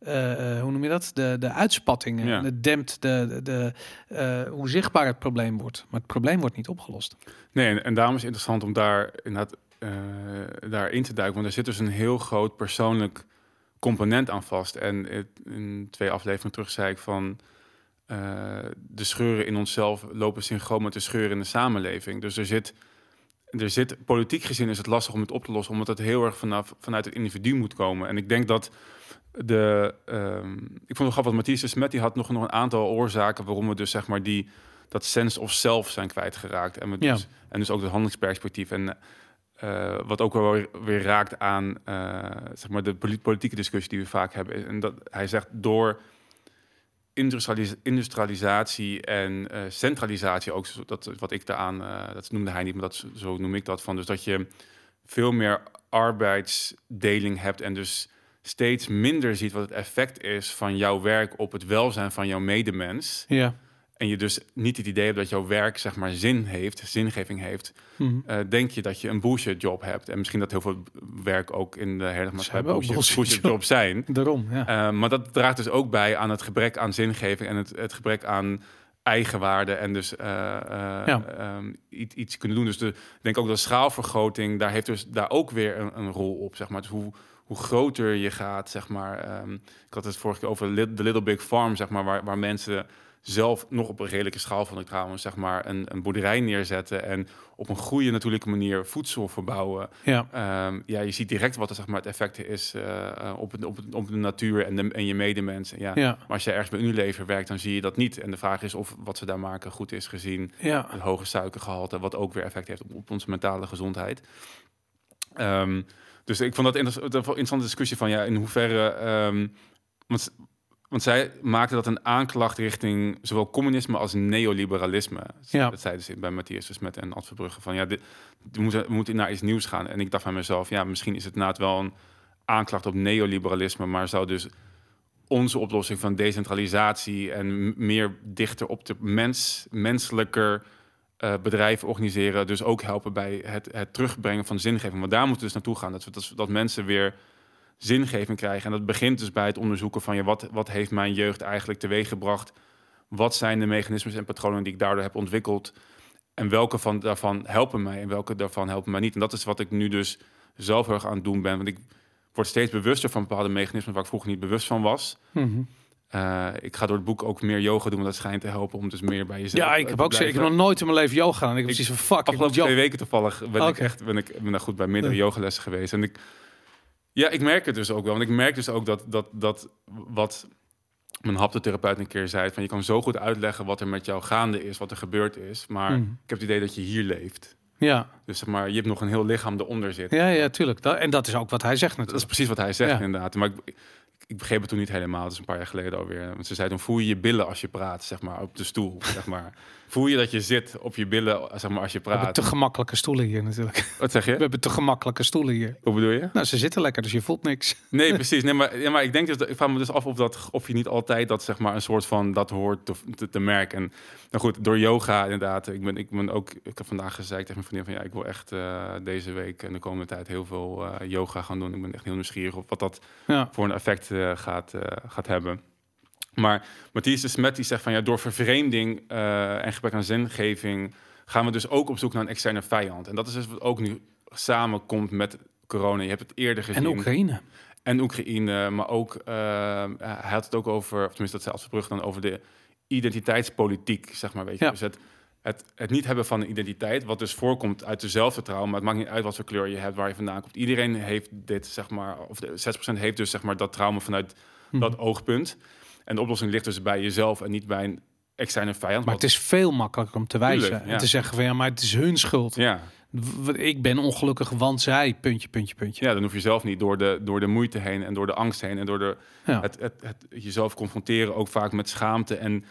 uh, hoe noem je dat? De, de uitspattingen. Ja. Het dempt de, de, de, uh, hoe zichtbaar het probleem wordt. Maar het probleem wordt niet opgelost. Nee, en, en daarom is het interessant om daar inderdaad uh, daarin te duiken. Want er zit dus een heel groot persoonlijk component aan vast. En het, in twee afleveringen terug zei ik van... Uh, de scheuren in onszelf lopen synchroon met de scheuren in de samenleving. Dus er zit... Er zit, politiek gezien is het lastig om het op te lossen, omdat het heel erg vanaf, vanuit het individu moet komen. En ik denk dat de, um, ik vond het grappig, Matthias de Smet die had nog, nog een aantal oorzaken waarom we dus zeg maar die dat sense of self zijn kwijtgeraakt. En, we dus, ja. en dus ook het handelingsperspectief. En uh, wat ook wel weer, weer raakt aan uh, zeg maar de politieke discussie die we vaak hebben. En dat hij zegt door Industrialis- industrialisatie en uh, centralisatie, ook dat wat ik daaraan, uh, dat noemde hij niet, maar dat, zo noem ik dat van. Dus dat je veel meer arbeidsdeling hebt en dus steeds minder ziet wat het effect is van jouw werk op het welzijn van jouw medemens. Ja. En je dus niet het idee hebt dat jouw werk zeg maar zin heeft, zingeving heeft. Mm-hmm. Uh, denk je dat je een bullshit job hebt. En misschien dat heel veel werk ook in de hele maatschappij bullshit, bullshit, bullshit job zijn. Daarom, ja. Uh, maar dat draagt dus ook bij aan het gebrek aan zingeving en het, het gebrek aan eigenwaarde en dus uh, uh, ja. um, iets, iets kunnen doen. Dus de, ik denk ook dat schaalvergroting, daar heeft dus daar ook weer een, een rol op, zeg maar. Dus hoe, hoe groter je gaat, zeg maar. Um, ik had het vorige keer over de Little Big Farm, zeg maar, waar, waar mensen zelf nog op een redelijke schaal van ik trouwens, zeg maar, een, een boerderij neerzetten en op een goede natuurlijke manier voedsel verbouwen. Ja, um, ja je ziet direct wat er, zeg maar, het effect is uh, op, het, op, het, op de natuur en, de, en je medemensen. Ja. Ja. Maar als je ergens bij Unilever werkt, dan zie je dat niet. En de vraag is of wat ze daar maken goed is gezien ja. het hoge suikergehalte, wat ook weer effect heeft op, op onze mentale gezondheid. Um, dus ik vond dat een interessante discussie van ja, in hoeverre. Um, want, Want zij maakte dat een aanklacht richting zowel communisme als neoliberalisme. Ja. Dat zei dus bij Matthias de Smet en Ad Verbrugge van ja, dit, we, moeten, we moeten naar iets nieuws gaan. En ik dacht van mezelf, ja, misschien is het inderdaad wel een aanklacht op neoliberalisme, maar zou dus onze oplossing van decentralisatie en meer dichter op de mens, menselijker uh, bedrijven organiseren, dus ook helpen bij het, het terugbrengen van zingeving. Want daar moeten we dus naartoe gaan, dat, dat, dat mensen weer zingeving krijgen. En dat begint dus bij het onderzoeken van ja, wat, wat heeft mijn jeugd eigenlijk teweeggebracht? Wat zijn de mechanismes en patronen die ik daardoor heb ontwikkeld? En welke van daarvan helpen mij en welke daarvan helpen mij niet? En dat is wat ik nu dus zelf heel erg aan het doen ben. Want ik word steeds bewuster van bepaalde mechanismen waar ik vroeger niet bewust van was. Mm-hmm. Uh, ik ga door het boek ook meer yoga doen, want dat schijnt te helpen om dus meer bij jezelf ja, ik heb ook zeker ik heb nog nooit in mijn leven yoga gedaan. Ik heb precies van fuck. Afgelopen twee weken toevallig ben okay. ik echt ben ik ben daar goed bij meerdere ja. yogalessen geweest en ik ja, ik merk het dus ook wel. Want ik merk dus ook dat, dat, dat wat mijn haptotherapeut een keer zei, van je kan zo goed uitleggen wat er met jou gaande is, wat er gebeurd is. Maar mm. ik heb het idee dat je hier leeft. Ja. Dus zeg maar, je hebt nog een heel lichaam eronder zitten. Ja, ja, tuurlijk. Dat, en dat is ook wat hij zegt natuurlijk. Dat is precies wat hij zegt, ja. inderdaad. Maar ik, ik begreep het toen niet helemaal. Dat is een paar jaar geleden alweer. Want ze zei, dan voel je je billen als je praat, zeg maar, op de stoel, zeg maar. Voel je dat je zit op je billen, zeg maar, als je praat. We hebben te gemakkelijke stoelen hier natuurlijk. Wat zeg je? We hebben te gemakkelijke stoelen hier. Hoe bedoel je? Nou, ze zitten lekker, dus je voelt niks. Nee, precies. Nee, maar, ja, maar ik denk dus, ik vraag me dus af of, dat, of je niet altijd dat, zeg maar, een soort van dat hoort te, te, te merken. En nou goed, door yoga inderdaad. Ik ben, ik ben ook, ik heb vandaag gezegd tegen mijn vriendin van ja, ik wil echt uh, deze week en de komende tijd heel veel uh, yoga gaan doen. Ik ben echt heel nieuwsgierig op wat dat ja. voor een effect uh, gaat, uh, gaat hebben. Maar Matthias de Smet die zegt van ja, door vervreemding uh, en gebrek aan zingeving gaan we dus ook op zoek naar een externe vijand. En dat is dus wat ook nu samenkomt met corona. Je hebt het eerder gezien. En Oekraïne. En Oekraïne, maar ook, uh, hij had het ook over, of tenminste dat zei als Verbrugge dan over de identiteitspolitiek, zeg maar, weet je. Ja. Dus het, het, het niet hebben van een identiteit, wat dus voorkomt uit dezelfde trouw, maar het maakt niet uit wat voor kleur je hebt, waar je vandaan komt. Iedereen heeft dit, zeg maar, of de zes procent heeft dus, zeg maar, dat trauma vanuit hm. dat oogpunt. En de oplossing ligt dus bij jezelf en niet bij een externe vijand. Maar het is veel makkelijker om te wijzen. Tuurlijk, ja. En te zeggen van ja, maar het is hun schuld. Ja. Ik ben ongelukkig, want zij, puntje, puntje, puntje. Ja, dan hoef je zelf niet door de, door de moeite heen en door de angst heen en door de, ja. het, het, het jezelf confronteren, ook vaak met schaamte en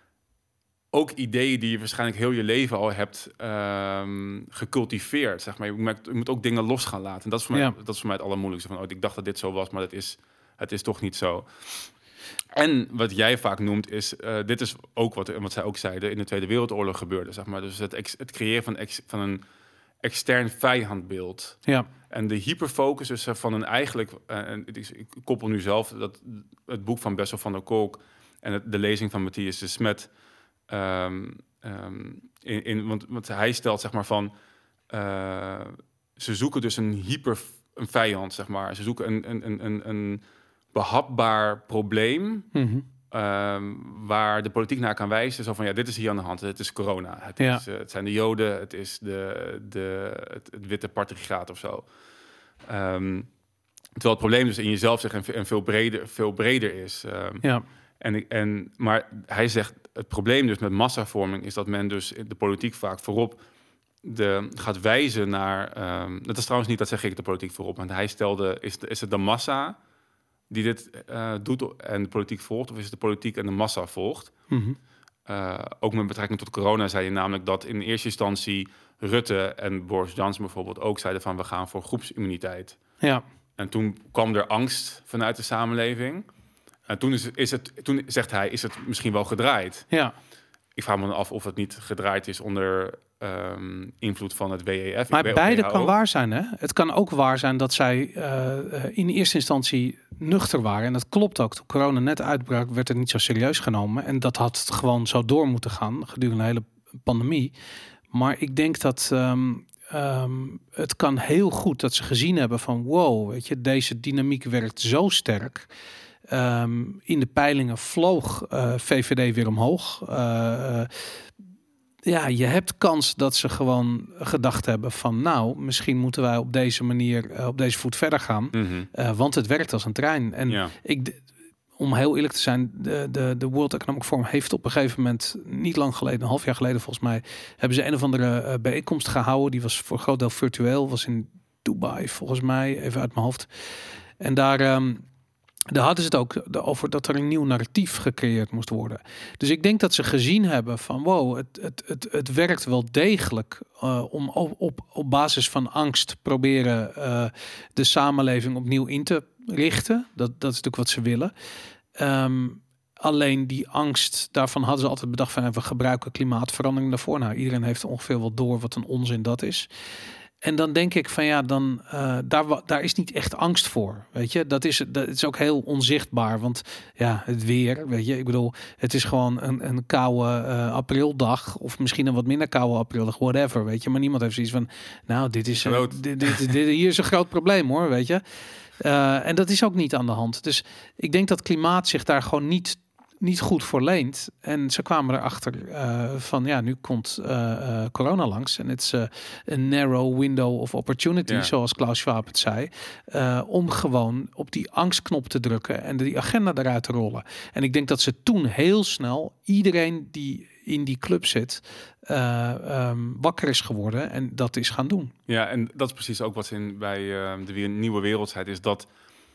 ook ideeën die je waarschijnlijk heel je leven al hebt um, gecultiveerd. Zeg maar. je, moet, je moet ook dingen los gaan laten. En dat is voor mij, ja. dat is voor mij het allermoeilijkste. Van, oh, ik dacht dat dit zo was, maar dat is, het is toch niet zo. En wat jij vaak noemt is, uh, dit is ook wat, wat zij ook zeiden, in de Tweede Wereldoorlog gebeurde, zeg maar. Dus het, ex, het creëren van, ex, van een extern vijandbeeld. Ja. En de hyperfocus is er van een eigenlijk... Uh, en het is, ik koppel nu zelf dat, het boek van Bessel van der Kolk en het, de lezing van Matthias de Smet. Um, um, in, in, want, want hij stelt zeg maar van... Uh, ze zoeken dus een hyper... een vijand, zeg maar. Ze zoeken een, een, een, een behapbaar probleem... Mm-hmm. Um, waar de politiek naar kan wijzen. Zo van, ja, dit is hier aan de hand. Het is corona. Het, ja. is, uh, het zijn de Joden. Het is de, de, het, het witte patriarchaat of zo. Um, terwijl het probleem dus in jezelf zeg, en, en veel, breder, veel breder is. Um, ja. en, en, maar hij zegt, het probleem dus met massavorming... is dat men dus de politiek vaak voorop... De, gaat wijzen naar... Um, dat is trouwens niet, dat zeg ik de politiek voorop. Want hij stelde, is, is het de massa... die dit uh, doet en de politiek volgt... of is het de politiek en de massa volgt? Mm-hmm. Uh, ook met betrekking tot corona zei je namelijk dat in eerste instantie... Rutte en Boris Johnson bijvoorbeeld ook zeiden van... we gaan voor groepsimmuniteit. Ja. En toen kwam er angst vanuit de samenleving. En toen, is, is het, toen zegt hij, is het misschien wel gedraaid. Ja. Ik vraag me af of het niet gedraaid is onder... Um, invloed van het W E F. Maar beide kan waar zijn, hè? Het kan ook waar zijn dat zij uh, in eerste instantie nuchter waren. En dat klopt ook. Toen corona net uitbrak, werd het niet zo serieus genomen. En dat had gewoon zo door moeten gaan gedurende de hele pandemie. Maar ik denk dat um, um, het kan heel goed dat ze gezien hebben van... wow, weet je, deze dynamiek werkt zo sterk... Um, in de peilingen vloog uh, V V D weer omhoog. Uh, uh, Ja, je hebt kans dat ze gewoon gedacht hebben van... nou, misschien moeten wij op deze manier, uh, op deze voet verder gaan. Mm-hmm. Uh, want het werkt als een trein. En ja. ik, om heel eerlijk te zijn... De, de, de World Economic Forum heeft op een gegeven moment... niet lang geleden, een half jaar geleden volgens mij... hebben ze een of andere uh, bijeenkomst gehouden. Die was voor een groot deel virtueel. Was in Dubai volgens mij, even uit mijn hoofd. En daar... Um, Daar hadden ze het ook over dat er een nieuw narratief gecreëerd moest worden. Dus ik denk dat ze gezien hebben van wow, het, het, het, het werkt wel degelijk uh, om op, op, op basis van angst proberen uh, de samenleving opnieuw in te richten. Dat, dat is natuurlijk wat ze willen. Um, alleen die angst, daarvan hadden ze altijd bedacht van we gebruiken klimaatverandering daarvoor. Nou, iedereen heeft ongeveer wel door wat een onzin dat is. En dan denk ik van ja, dan uh, daar, daar is niet echt angst voor. Weet je, dat is, dat is ook heel onzichtbaar. Want ja, het weer, weet je, ik bedoel, het is gewoon een, een koude uh, aprildag. Of misschien een wat minder koude aprildag, whatever. Weet je, maar niemand heeft zoiets van, nou, dit is uh, dit, dit, dit, dit, hier is een groot probleem hoor, weet je. Uh, en dat is ook niet aan de hand. Dus ik denk dat klimaat zich daar gewoon niet niet goed voor leent. En ze kwamen erachter uh, van ja, nu komt uh, uh, corona langs en het is een uh, narrow window of opportunity, ja. zoals Klaus Schwab het zei, uh, om gewoon op die angstknop te drukken en die agenda eruit te rollen. En ik denk dat ze toen heel snel iedereen die in die club zit uh, um, wakker is geworden en dat is gaan doen. Ja, en dat is precies ook wat in bij uh, de nieuwe wereldheid is dat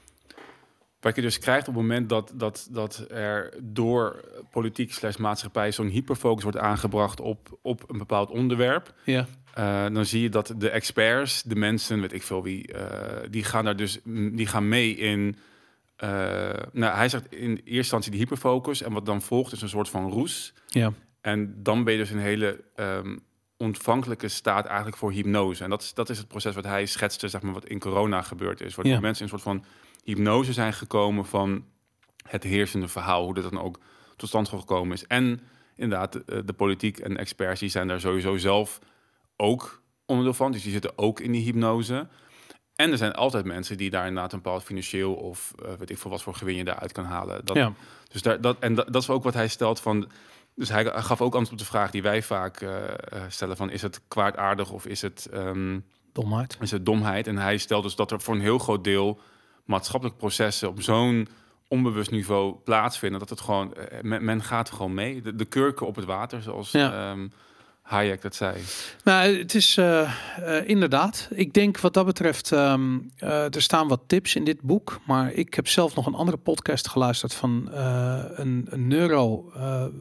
wat je dus krijgt op het moment dat, dat, dat er door politiek slash maatschappij zo'n hyperfocus wordt aangebracht op, op een bepaald onderwerp. Ja. Uh, dan zie je dat de experts, de mensen, weet ik veel wie, uh, die gaan daar dus die gaan mee in. Uh, nou, hij zegt in eerste instantie die hyperfocus en wat dan volgt is een soort van roes. Ja. En dan ben je dus een hele um, ontvankelijke staat eigenlijk voor hypnose. En dat is, dat is het proces wat hij schetste, zeg maar, wat in corona gebeurd is. Waardoor ja. mensen in een soort van hypnose zijn gekomen van het heersende verhaal, hoe dat dan ook tot stand gekomen is. En inderdaad, de, de politiek en experts die zijn daar sowieso zelf ook onderdeel van. Dus die zitten ook in die hypnose. En er zijn altijd mensen die daar inderdaad een bepaald financieel of uh, weet ik veel wat voor gewin je daaruit kan halen. Dat, ja. Dus daar, dat, en dat, dat is ook wat hij stelt van. Dus hij gaf ook antwoord op de vraag die wij vaak uh, stellen van is het kwaadaardig of is het um, domheid? Is het domheid? En hij stelt dus dat er voor een heel groot deel maatschappelijke processen op zo'n onbewust niveau plaatsvinden dat het gewoon men, men gaat gewoon mee. De, de kurken op het water, zoals ja. um, Hayek dat zei. Nou, het is uh, uh, inderdaad. Ik denk wat dat betreft, um, uh, er staan wat tips in dit boek, maar ik heb zelf nog een andere podcast geluisterd van uh, een, een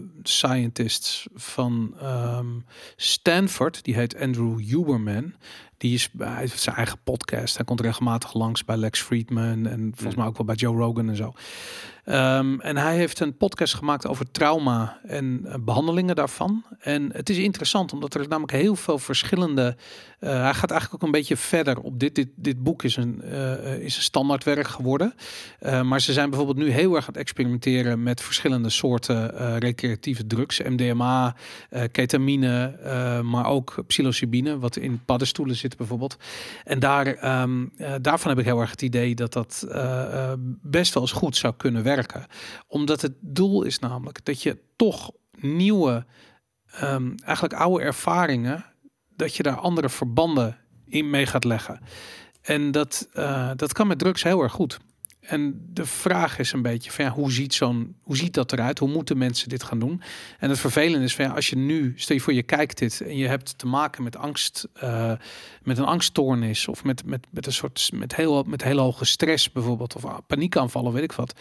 neuroscientist uh, van um, Stanford, die heet Andrew Huberman. Die is bij zijn eigen podcast. Hij komt regelmatig langs bij Lex Fridman en volgens mij ook wel bij Joe Rogan en zo. Um, en hij heeft een podcast gemaakt over trauma en uh, behandelingen daarvan. En het is interessant, omdat er namelijk heel veel verschillende... Uh, hij gaat eigenlijk ook een beetje verder op dit. Dit, dit boek is een, uh, is een standaardwerk geworden. Uh, maar ze zijn bijvoorbeeld nu heel erg aan het experimenteren met verschillende soorten uh, recreatieve drugs. M D M A, uh, ketamine, uh, maar ook psilocybine, wat in paddenstoelen zit bijvoorbeeld. En daar, um, uh, daarvan heb ik heel erg het idee dat dat uh, uh, best wel eens goed zou kunnen werken. Omdat het doel is namelijk dat je toch nieuwe, um, eigenlijk oude ervaringen, dat je daar andere verbanden in mee gaat leggen. En dat, uh, dat kan met drugs heel erg goed. En de vraag is een beetje van ja, hoe ziet zo'n, hoe ziet dat eruit? Hoe moeten mensen dit gaan doen? En het vervelende is van ja, als je nu, stel je voor je kijkt dit en je hebt te maken met angst, uh, met een angststoornis of met, met, met een soort, met heel, met heel hoge stress bijvoorbeeld of paniekaanvallen, weet ik wat.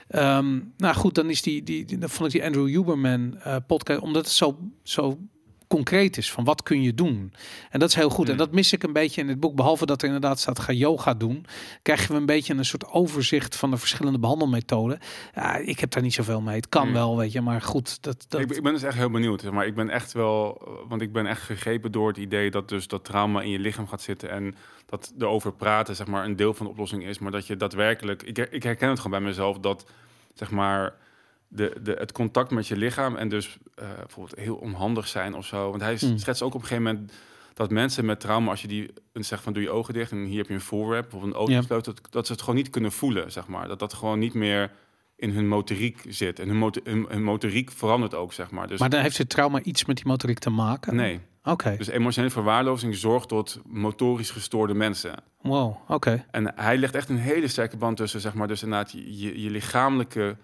Um, nou goed, dan is die, die, die, dan vond ik die Andrew Huberman uh, podcast, omdat het zo, zo concreet is van wat kun je doen. En dat is heel goed. Hmm. En dat mis ik een beetje in het boek. Behalve dat er inderdaad staat ga yoga doen, krijgen we een beetje een soort overzicht van de verschillende behandelmethoden. Ja, ik heb daar niet zoveel mee. Het kan hmm. wel, weet je, maar goed. Dat, dat... Ik, ik ben dus echt heel benieuwd. Maar ik ben echt wel, want ik ben echt gegrepen door het idee dat dus dat trauma in je lichaam gaat zitten en dat erover praten, zeg maar, een deel van de oplossing is, maar dat je daadwerkelijk, ik, ik herken het gewoon bij mezelf dat, zeg maar, De, de, het contact met je lichaam en dus uh, bijvoorbeeld heel onhandig zijn of zo. Want hij mm. schetst ook op een gegeven moment dat mensen met trauma, als je die zegt van doe je ogen dicht en hier heb je een voorwerp of een autosloot, ja. dat, dat ze het gewoon niet kunnen voelen, zeg maar. Dat dat gewoon niet meer in hun motoriek zit. En hun, motor, hun, hun motoriek verandert ook, zeg maar. Dus, maar dan heeft het trauma iets met die motoriek te maken? Nee. Oké. Okay. Dus emotionele verwaarlozing zorgt tot motorisch gestoorde mensen. Wow, oké. Okay. En hij legt echt een hele sterke band tussen, zeg maar, dus inderdaad je, je, je lichamelijke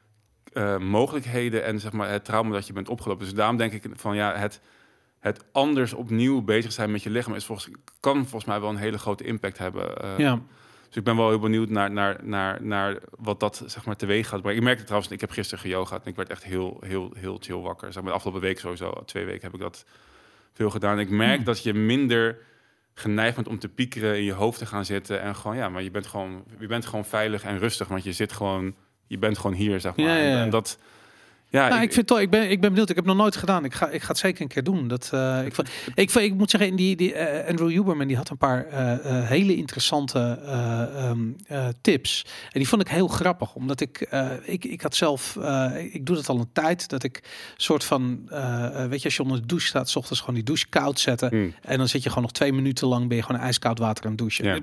Uh, mogelijkheden en zeg maar het trauma dat je bent opgelopen. Dus daarom denk ik van ja, het, het anders opnieuw bezig zijn met je lichaam is volgens, kan volgens mij wel een hele grote impact hebben. Uh, ja. Dus ik ben wel heel benieuwd naar, naar, naar, naar wat dat zeg maar teweeg gaat. Maar ik merkte trouwens, ik heb gisteren geyogaat en ik werd echt heel, heel, heel chill wakker. Zeg maar, de afgelopen week sowieso, twee weken heb ik dat veel gedaan. Ik merk hmm. dat je minder geneigd bent om te piekeren, in je hoofd te gaan zitten en gewoon ja, maar je bent gewoon, je bent gewoon veilig en rustig, want je zit gewoon Je bent gewoon hier, zeg maar. Ja, ja, ja. En dat, ja, nou, ik, ik vind toch, ik ben, ik ben benieuwd. Ik heb nog nooit gedaan. Ik ga, ik ga het zeker een keer doen. Dat, uh, ik, ik, ik, ik moet zeggen, in die, die uh, Andrew Huberman, die had een paar uh, uh, hele interessante uh, um, uh, tips. En die vond ik heel grappig, omdat ik, uh, ik, ik had zelf, uh, ik doe dat al een tijd, dat ik soort van, uh, weet je, als je onder de douche staat, 's ochtends gewoon die douche koud zetten, hmm. en dan zit je gewoon nog twee minuten lang, ben je gewoon ijskoud water aan het douchen. Ja.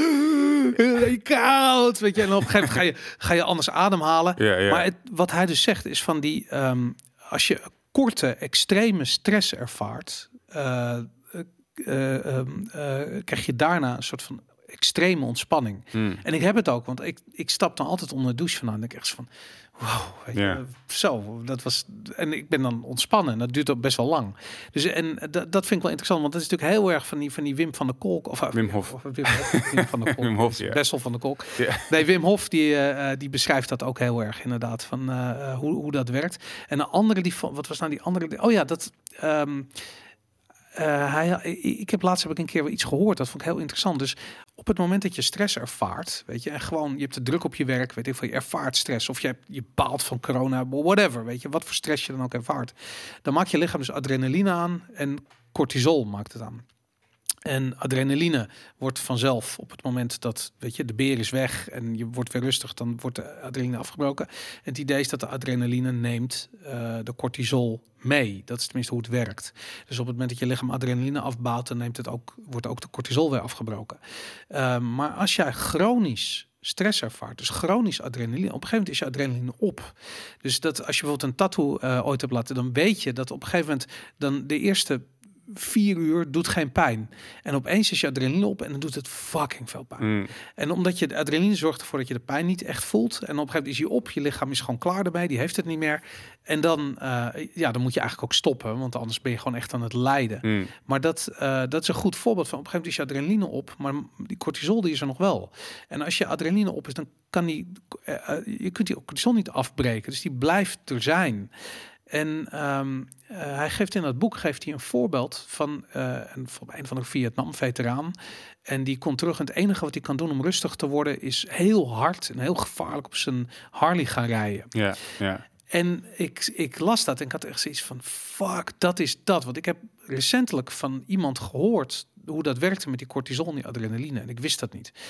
Koud, weet je, en op een gegeven moment ga je, ga je anders ademhalen. Ja, ja. Maar het, wat hij dus zegt is van die, um, als je korte, extreme stress ervaart, uh, uh, uh, uh, krijg je daarna een soort van extreme ontspanning. Hmm. En ik heb het ook, want ik, ik stap dan altijd onder de douche vandaan en denk echt van, wow, weet je, yeah. zo, dat was, en ik ben dan ontspannen en dat duurt ook best wel lang. Dus en dat, dat vind ik wel interessant, want dat is natuurlijk heel erg van die van die Wim van der Kolk of Wim Hof, of, Wim, Wim van der Kolk, Wim Hof, ja. Bessel van der Kolk. Yeah. Nee, Wim Hof die uh, die beschrijft dat ook heel erg inderdaad van uh, hoe hoe dat werkt. En een andere die van, wat was nou die andere? Oh ja, dat. Um, Uh, hij, ik heb laatst heb ik een keer wel iets gehoord, dat vond ik heel interessant. Dus op het moment dat je stress ervaart, weet je, en gewoon je hebt de druk op je werk, weet ik veel, je ervaart stress of je hebt, je baalt van corona, whatever, weet je, wat voor stress je dan ook ervaart, dan maakt je lichaam dus adrenaline aan en cortisol maakt het aan. En adrenaline wordt vanzelf op het moment dat, weet je, de beer is weg en je wordt weer rustig, dan wordt de adrenaline afgebroken. En het idee is dat de adrenaline neemt uh, de cortisol mee. Dat is tenminste hoe het werkt. Dus op het moment dat je lichaam adrenaline afbouwt, dan neemt het ook, wordt ook de cortisol weer afgebroken. Uh, maar als jij chronisch stress ervaart, dus chronisch adrenaline, op een gegeven moment is je adrenaline op. Dus dat als je bijvoorbeeld een tattoo uh, ooit hebt laten, dan weet je dat op een gegeven moment dan de eerste vier uur doet geen pijn. En opeens is je adrenaline op en dan doet het fucking veel pijn. Mm. En omdat je de adrenaline zorgt ervoor dat je de pijn niet echt voelt. En op een gegeven moment is je op, je lichaam is gewoon klaar erbij, die heeft het niet meer. En dan, uh, ja, dan moet je eigenlijk ook stoppen, want anders ben je gewoon echt aan het lijden. Mm. Maar dat, uh, dat is een goed voorbeeld van, op een gegeven moment is je adrenaline op, maar die cortisol die is er nog wel. En als je adrenaline op is, dan kan die, uh, je kunt die cortisol niet afbreken. Dus die blijft er zijn. En um, uh, hij geeft in dat boek geeft hij een voorbeeld van uh, een, een van de Vietnam-veteraan. En die komt terug en het enige wat hij kan doen om rustig te worden is heel hard en heel gevaarlijk op zijn Harley gaan rijden. Ja, ja. En ik, ik las dat en ik had echt zoiets van, fuck, dat is dat. Want ik heb recentelijk van iemand gehoord hoe dat werkte met die cortisol en die adrenaline. En ik wist dat niet.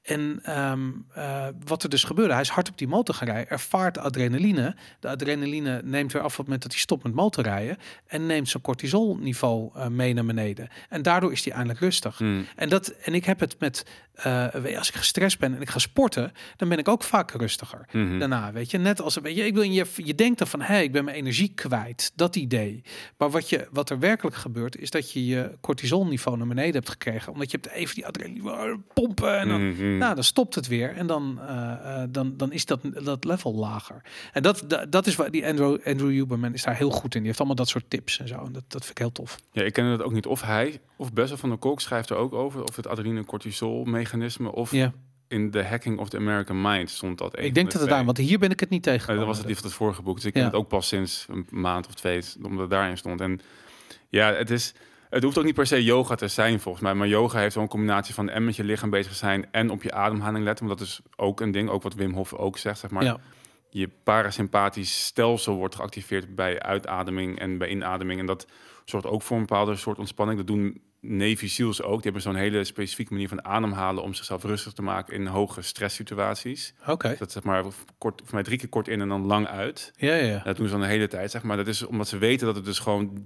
En um, uh, wat er dus gebeurde, hij is hard op die motor gaan rijden, ervaart adrenaline. De adrenaline neemt weer af op het moment dat hij stopt met motorrijden en neemt zijn cortisolniveau uh, mee naar beneden. En daardoor is hij eindelijk rustig. Hmm. En, dat, en ik heb het met, uh, als ik gestrest ben en ik ga sporten, dan ben ik ook vaak rustiger. Mm-hmm. Daarna, weet je, net als, weet je, ik wil je, je denkt dan van, hé, hey, ik ben mijn energie kwijt. Dat idee. Maar wat, je, wat er werkelijk gebeurt, is dat je je cortisolniveau naar beneden hebt gekregen, omdat je hebt even die adrenaline pompen en dan, mm-hmm. nou, dan stopt het weer en dan, uh, uh, dan, dan is dat, dat level lager. En dat, dat, dat is waar die Andrew, Andrew Huberman is daar heel goed in. Die heeft allemaal dat soort tips en zo. En dat, dat vind ik heel tof. Ja, ik ken het ook niet. Of hij of Bessel van der Kolk schrijft er ook over, of het adrenaline-cortisol mechanisme, of ja. in The Hacking of the American Mind stond dat. Ik denk dat het daar, want hier ben ik het niet tegen. Uh, dat was het die van het vorige boek. Dus ik ja. ken het ook pas sinds een maand of twee, omdat het daarin stond. En ja, het is. Het hoeft ook niet per se yoga te zijn volgens mij, maar yoga heeft wel een combinatie van en met je lichaam bezig zijn en op je ademhaling letten. Want dat is ook een ding, ook wat Wim Hof ook zegt, zeg maar. Ja. Je parasympathisch stelsel wordt geactiveerd bij uitademing en bij inademing. En dat zorgt ook voor een bepaalde soort ontspanning. Dat doen Navy Seals ook. Die hebben zo'n hele specifieke manier van ademhalen om zichzelf rustig te maken in hoge stresssituaties. Oké. Okay. Dat zeg maar kort, voor mij drie keer kort in en dan lang uit. Ja, ja. Dat doen ze dan de hele tijd, zeg maar. Dat is omdat ze weten dat het dus gewoon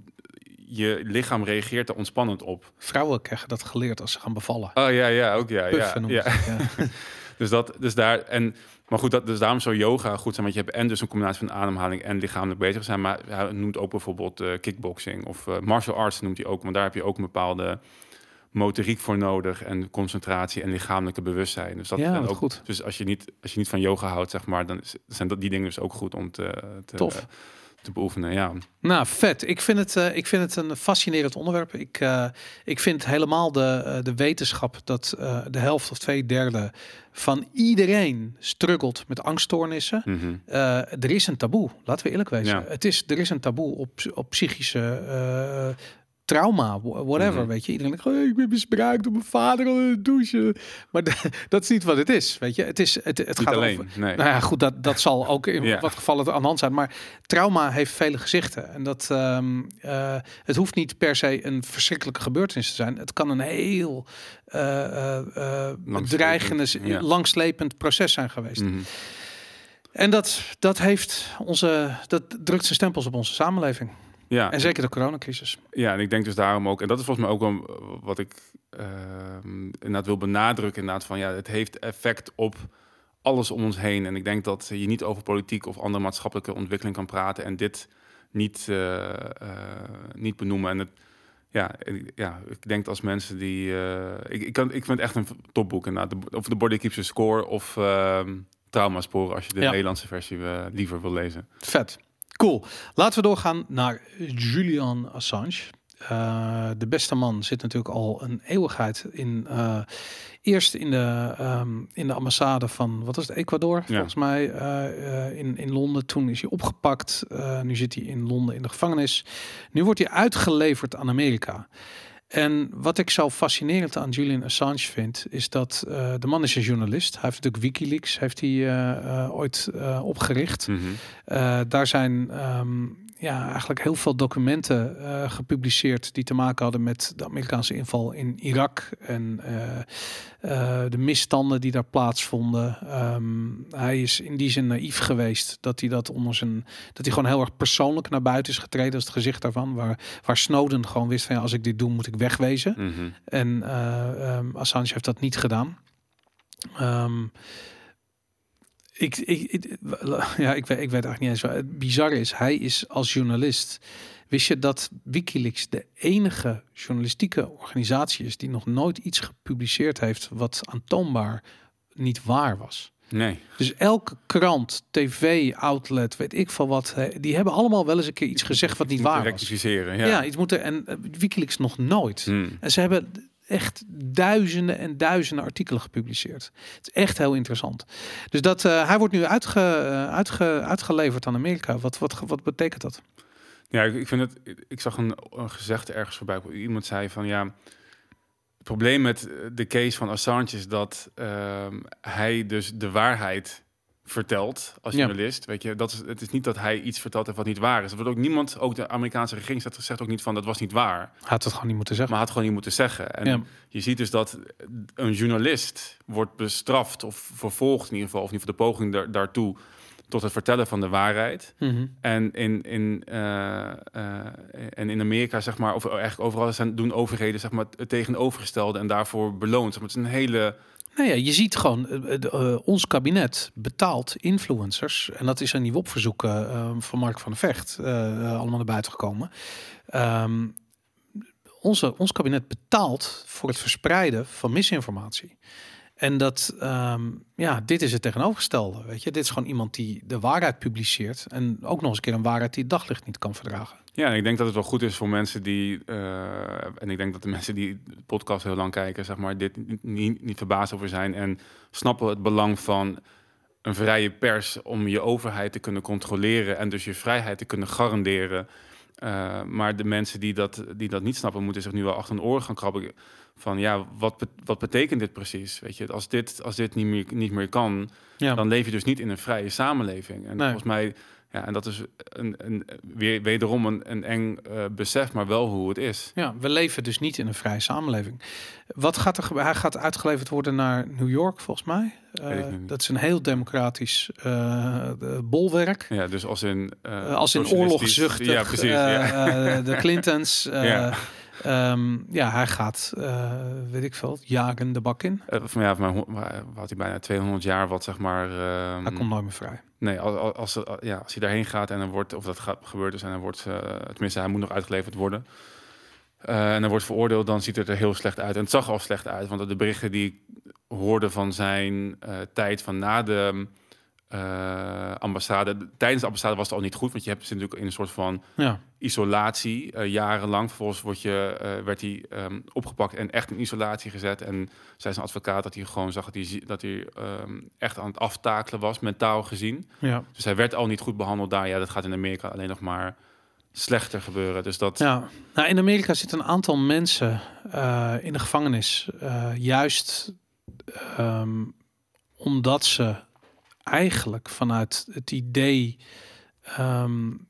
je lichaam reageert er ontspannend op. Vrouwen krijgen dat geleerd als ze gaan bevallen. Oh ja, ja, ook ja, Puffen, ja, ja. ja. dus dat, dus daar en maar goed, dat dus daarom zou yoga goed zijn, want je hebt en dus een combinatie van ademhaling en lichamelijk bezig zijn. Maar hij noemt ook bijvoorbeeld uh, kickboxing of uh, martial arts noemt hij ook, want daar heb je ook een bepaalde motoriek voor nodig en concentratie en lichamelijke bewustzijn. Dus dat ja, ook goed. Dus als je niet als je niet van yoga houdt, zeg maar, dan zijn dat die dingen dus ook goed om te, te Tof. Uh, te beoefenen, ja. Nou, vet. Ik vind het, uh, ik vind het een fascinerend onderwerp. Ik, uh, ik vind helemaal de, uh, de wetenschap dat uh, de helft of twee derde van iedereen struggelt met angststoornissen. Mm-hmm. Uh, er is een taboe, laten we eerlijk wezen. Ja. Het is, er is een taboe op, op psychische uh, trauma, whatever, mm-hmm. weet je. Iedereen denkt, oh, ik ben misbruikt door mijn vader onder de douche. Maar d- dat is niet wat het is, weet je. Het is, het, het gaat alleen, over. Nee. Nou ja, goed, dat, dat zal ook in ja. wat gevallen aan de hand zijn. Maar trauma heeft vele gezichten. En dat, um, uh, het hoeft niet per se een verschrikkelijke gebeurtenis te zijn. Het kan een heel uh, uh, uh, dreigende, ja. langslepend proces zijn geweest. Mm-hmm. En dat, dat heeft onze, dat drukt zijn stempels op onze samenleving. Ja. En zeker de coronacrisis. Ja, en ik denk dus daarom ook, en dat is volgens mij ook wel wat ik uh, inderdaad wil benadrukken, inderdaad van ja, het heeft effect op alles om ons heen. En ik denk dat je niet over politiek of andere maatschappelijke ontwikkeling kan praten en dit niet, uh, uh, niet benoemen. En het, ja, ja, ik denk als mensen die, uh, ik, ik, kan, ik vind het echt een topboek inderdaad. Of The Body Keeps the Score of uh, Traumasporen, als je de ja. Nederlandse versie uh, liever wil lezen. Vet. Cool. Laten we doorgaan naar Julian Assange. Uh, de beste man zit natuurlijk al een eeuwigheid in. Uh, eerst in de, um, in de ambassade van, wat was het, Ecuador? Ja. Volgens mij uh, uh, in, in Londen. Toen is hij opgepakt. Uh, nu zit hij in Londen in de gevangenis. Nu wordt hij uitgeleverd aan Amerika. En wat ik zo fascinerend aan Julian Assange vind, is dat uh, de man is een journalist. Hij heeft natuurlijk WikiLeaks heeft hij, uh, uh, ooit uh, opgericht. Mm-hmm. Uh, daar zijn um, ja, eigenlijk heel veel documenten uh, gepubliceerd die te maken hadden met de Amerikaanse inval in Irak en uh, uh, de misstanden die daar plaatsvonden. Um, hij is in die zin naïef geweest dat hij dat onder zijn, dat hij gewoon heel erg persoonlijk naar buiten is getreden als het gezicht daarvan, waar, waar Snowden gewoon wist van ja, als ik dit doe moet ik wegwezen. Mm-hmm. En uh, um, Assange heeft dat niet gedaan. Um, Ik, ik, ik, ja, ik, weet, ik weet eigenlijk niet eens wat het bizarre is. Hij is als journalist. Wist je dat WikiLeaks de enige journalistieke organisatie is die nog nooit iets gepubliceerd heeft wat aantoonbaar niet waar was? Nee. Dus elke krant, tv-outlet, weet ik veel wat, die hebben allemaal wel eens een keer iets gezegd wat niet waar was. Rectificeren, ja. Ja, iets moeten. En uh, WikiLeaks nog nooit. Hmm. En ze hebben echt duizenden en duizenden artikelen gepubliceerd. Het is echt heel interessant. Dus dat uh, hij wordt nu uitge, uh, uitge, uitgeleverd aan Amerika. Wat, wat, wat betekent dat? Ja, ik, ik vind het. Ik zag een, een gezegde ergens voorbij. Iemand zei van ja. Het probleem met de case van Assange is dat uh, hij dus de waarheid vertelt als journalist. Ja. Weet je, dat is, het is niet dat hij iets vertelt heeft wat niet waar is. Er wordt ook niemand, ook de Amerikaanse regering zegt ook niet van dat was niet waar. Hij had het gewoon niet moeten zeggen. Maar had gewoon niet moeten zeggen. En ja. je ziet dus dat een journalist wordt bestraft of vervolgd in ieder geval, of in ieder geval de poging daar, daartoe. Tot het vertellen van de waarheid. Mm-hmm. En in, in, uh, uh, en in Amerika, zeg maar, of eigenlijk overal zijn, doen overheden zeg maar, het tegenovergestelde en daarvoor beloond. Zeg maar, het is een hele. Nou ja, je ziet gewoon, uh, uh, ons kabinet betaalt influencers. En dat is een nieuw opverzoek uh, van Mark van der Vecht. Uh, uh, allemaal naar buiten gekomen. Um, onze, ons kabinet betaalt voor het verspreiden van misinformatie. En dat, um, ja, dit is het tegenovergestelde, weet je. Dit is gewoon iemand die de waarheid publiceert. En ook nog eens een keer een waarheid die het daglicht niet kan verdragen. Ja, en ik denk dat het wel goed is voor mensen die... Uh, en ik denk dat de mensen die de podcast heel lang kijken, zeg maar, dit niet, niet verbaasd over zijn. En snappen het belang van een vrije pers om je overheid te kunnen controleren. En dus je vrijheid te kunnen garanderen. Uh, maar de mensen die dat, die dat niet snappen, moeten zich nu wel achter een oor gaan krabben. Van ja, wat, be- wat betekent dit precies? Weet je, als dit, als dit niet meer, niet meer kan, ja. dan leef je dus niet in een vrije samenleving. En nee. volgens mij, ja, en dat is een, een, weer, wederom een, een eng uh, besef, maar wel hoe het is. Ja, we leven dus niet in een vrije samenleving. Wat gaat er gebeuren? Hij gaat uitgeleverd worden naar New York, volgens mij. Uh, dat is een heel democratisch uh, bolwerk. Ja, dus als in uh, als in oorlogzuchtig. Ja, precies. Uh, ja. uh, de Clintons. Uh, ja. Um, ja, hij gaat, uh, weet ik veel, jagen de bak in. Uh, van ja, van mij had hij bijna tweehonderd jaar, wat zeg maar. Um, hij komt nooit meer vrij. Nee, als, als, als, ja, als hij daarheen gaat en dan wordt, of dat gaat, gebeurd is en dan wordt, uh, tenminste, hij moet nog uitgeleverd worden. Uh, en dan wordt veroordeeld, dan ziet het er heel slecht uit. En het zag al slecht uit, want de berichten die ik hoorde van zijn uh, tijd van na de uh, ambassade. Tijdens de ambassade was het al niet goed, want je hebt natuurlijk in een soort van ja. isolatie uh, jarenlang. Vervolgens wordt je, uh, werd hij um, opgepakt en echt in isolatie gezet. En zei zijn advocaat dat hij gewoon zag dat hij, dat hij um, echt aan het aftakelen was, mentaal gezien. Ja. Dus hij werd al niet goed behandeld daar. Ja, dat gaat in Amerika alleen nog maar slechter gebeuren. Dus dat. Ja, nou, in Amerika zitten een aantal mensen uh, in de gevangenis, uh, juist um, omdat ze eigenlijk vanuit het idee, um,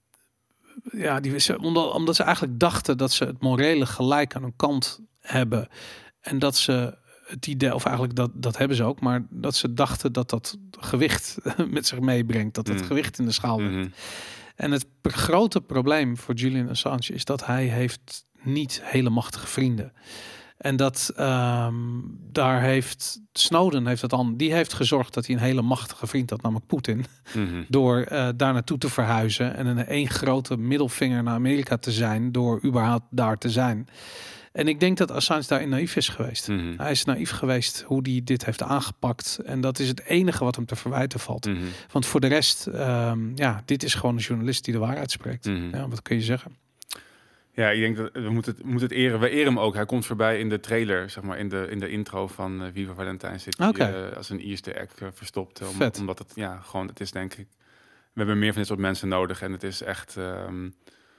ja, die, omdat, omdat ze eigenlijk dachten dat ze het morele gelijk aan hun kant hebben en dat ze het idee, of eigenlijk dat, dat hebben ze ook, maar dat ze dachten dat dat gewicht met zich meebrengt, dat het mm. gewicht in de schaal mm-hmm. brengt. En het grote probleem voor Julian Assange is dat hij heeft niet hele machtige vrienden. En dat um, daar heeft Snowden heeft dat dan, die heeft gezorgd dat hij een hele machtige vriend had, namelijk Poetin, mm-hmm. door uh, daar naartoe te verhuizen en een één grote middelvinger naar Amerika te zijn door überhaupt daar te zijn. En ik denk dat Assange daarin naïef is geweest. Mm-hmm. Hij is naïef geweest hoe hij dit heeft aangepakt. En dat is het enige wat hem te verwijten valt. Mm-hmm. Want voor de rest, um, ja, dit is gewoon een journalist die de waarheid spreekt. Mm-hmm. Ja, wat kun je zeggen? Ja, ik denk dat we moeten het, we moeten het eren. We eren hem ook. Hij komt voorbij in de trailer, zeg maar, in de, in de intro van uh, Viva Valentine zit okay. hij uh, als een Easter egg uh, verstopt. Om, omdat het, ja, gewoon, het is denk ik, we hebben meer van dit soort mensen nodig. En het is echt, um,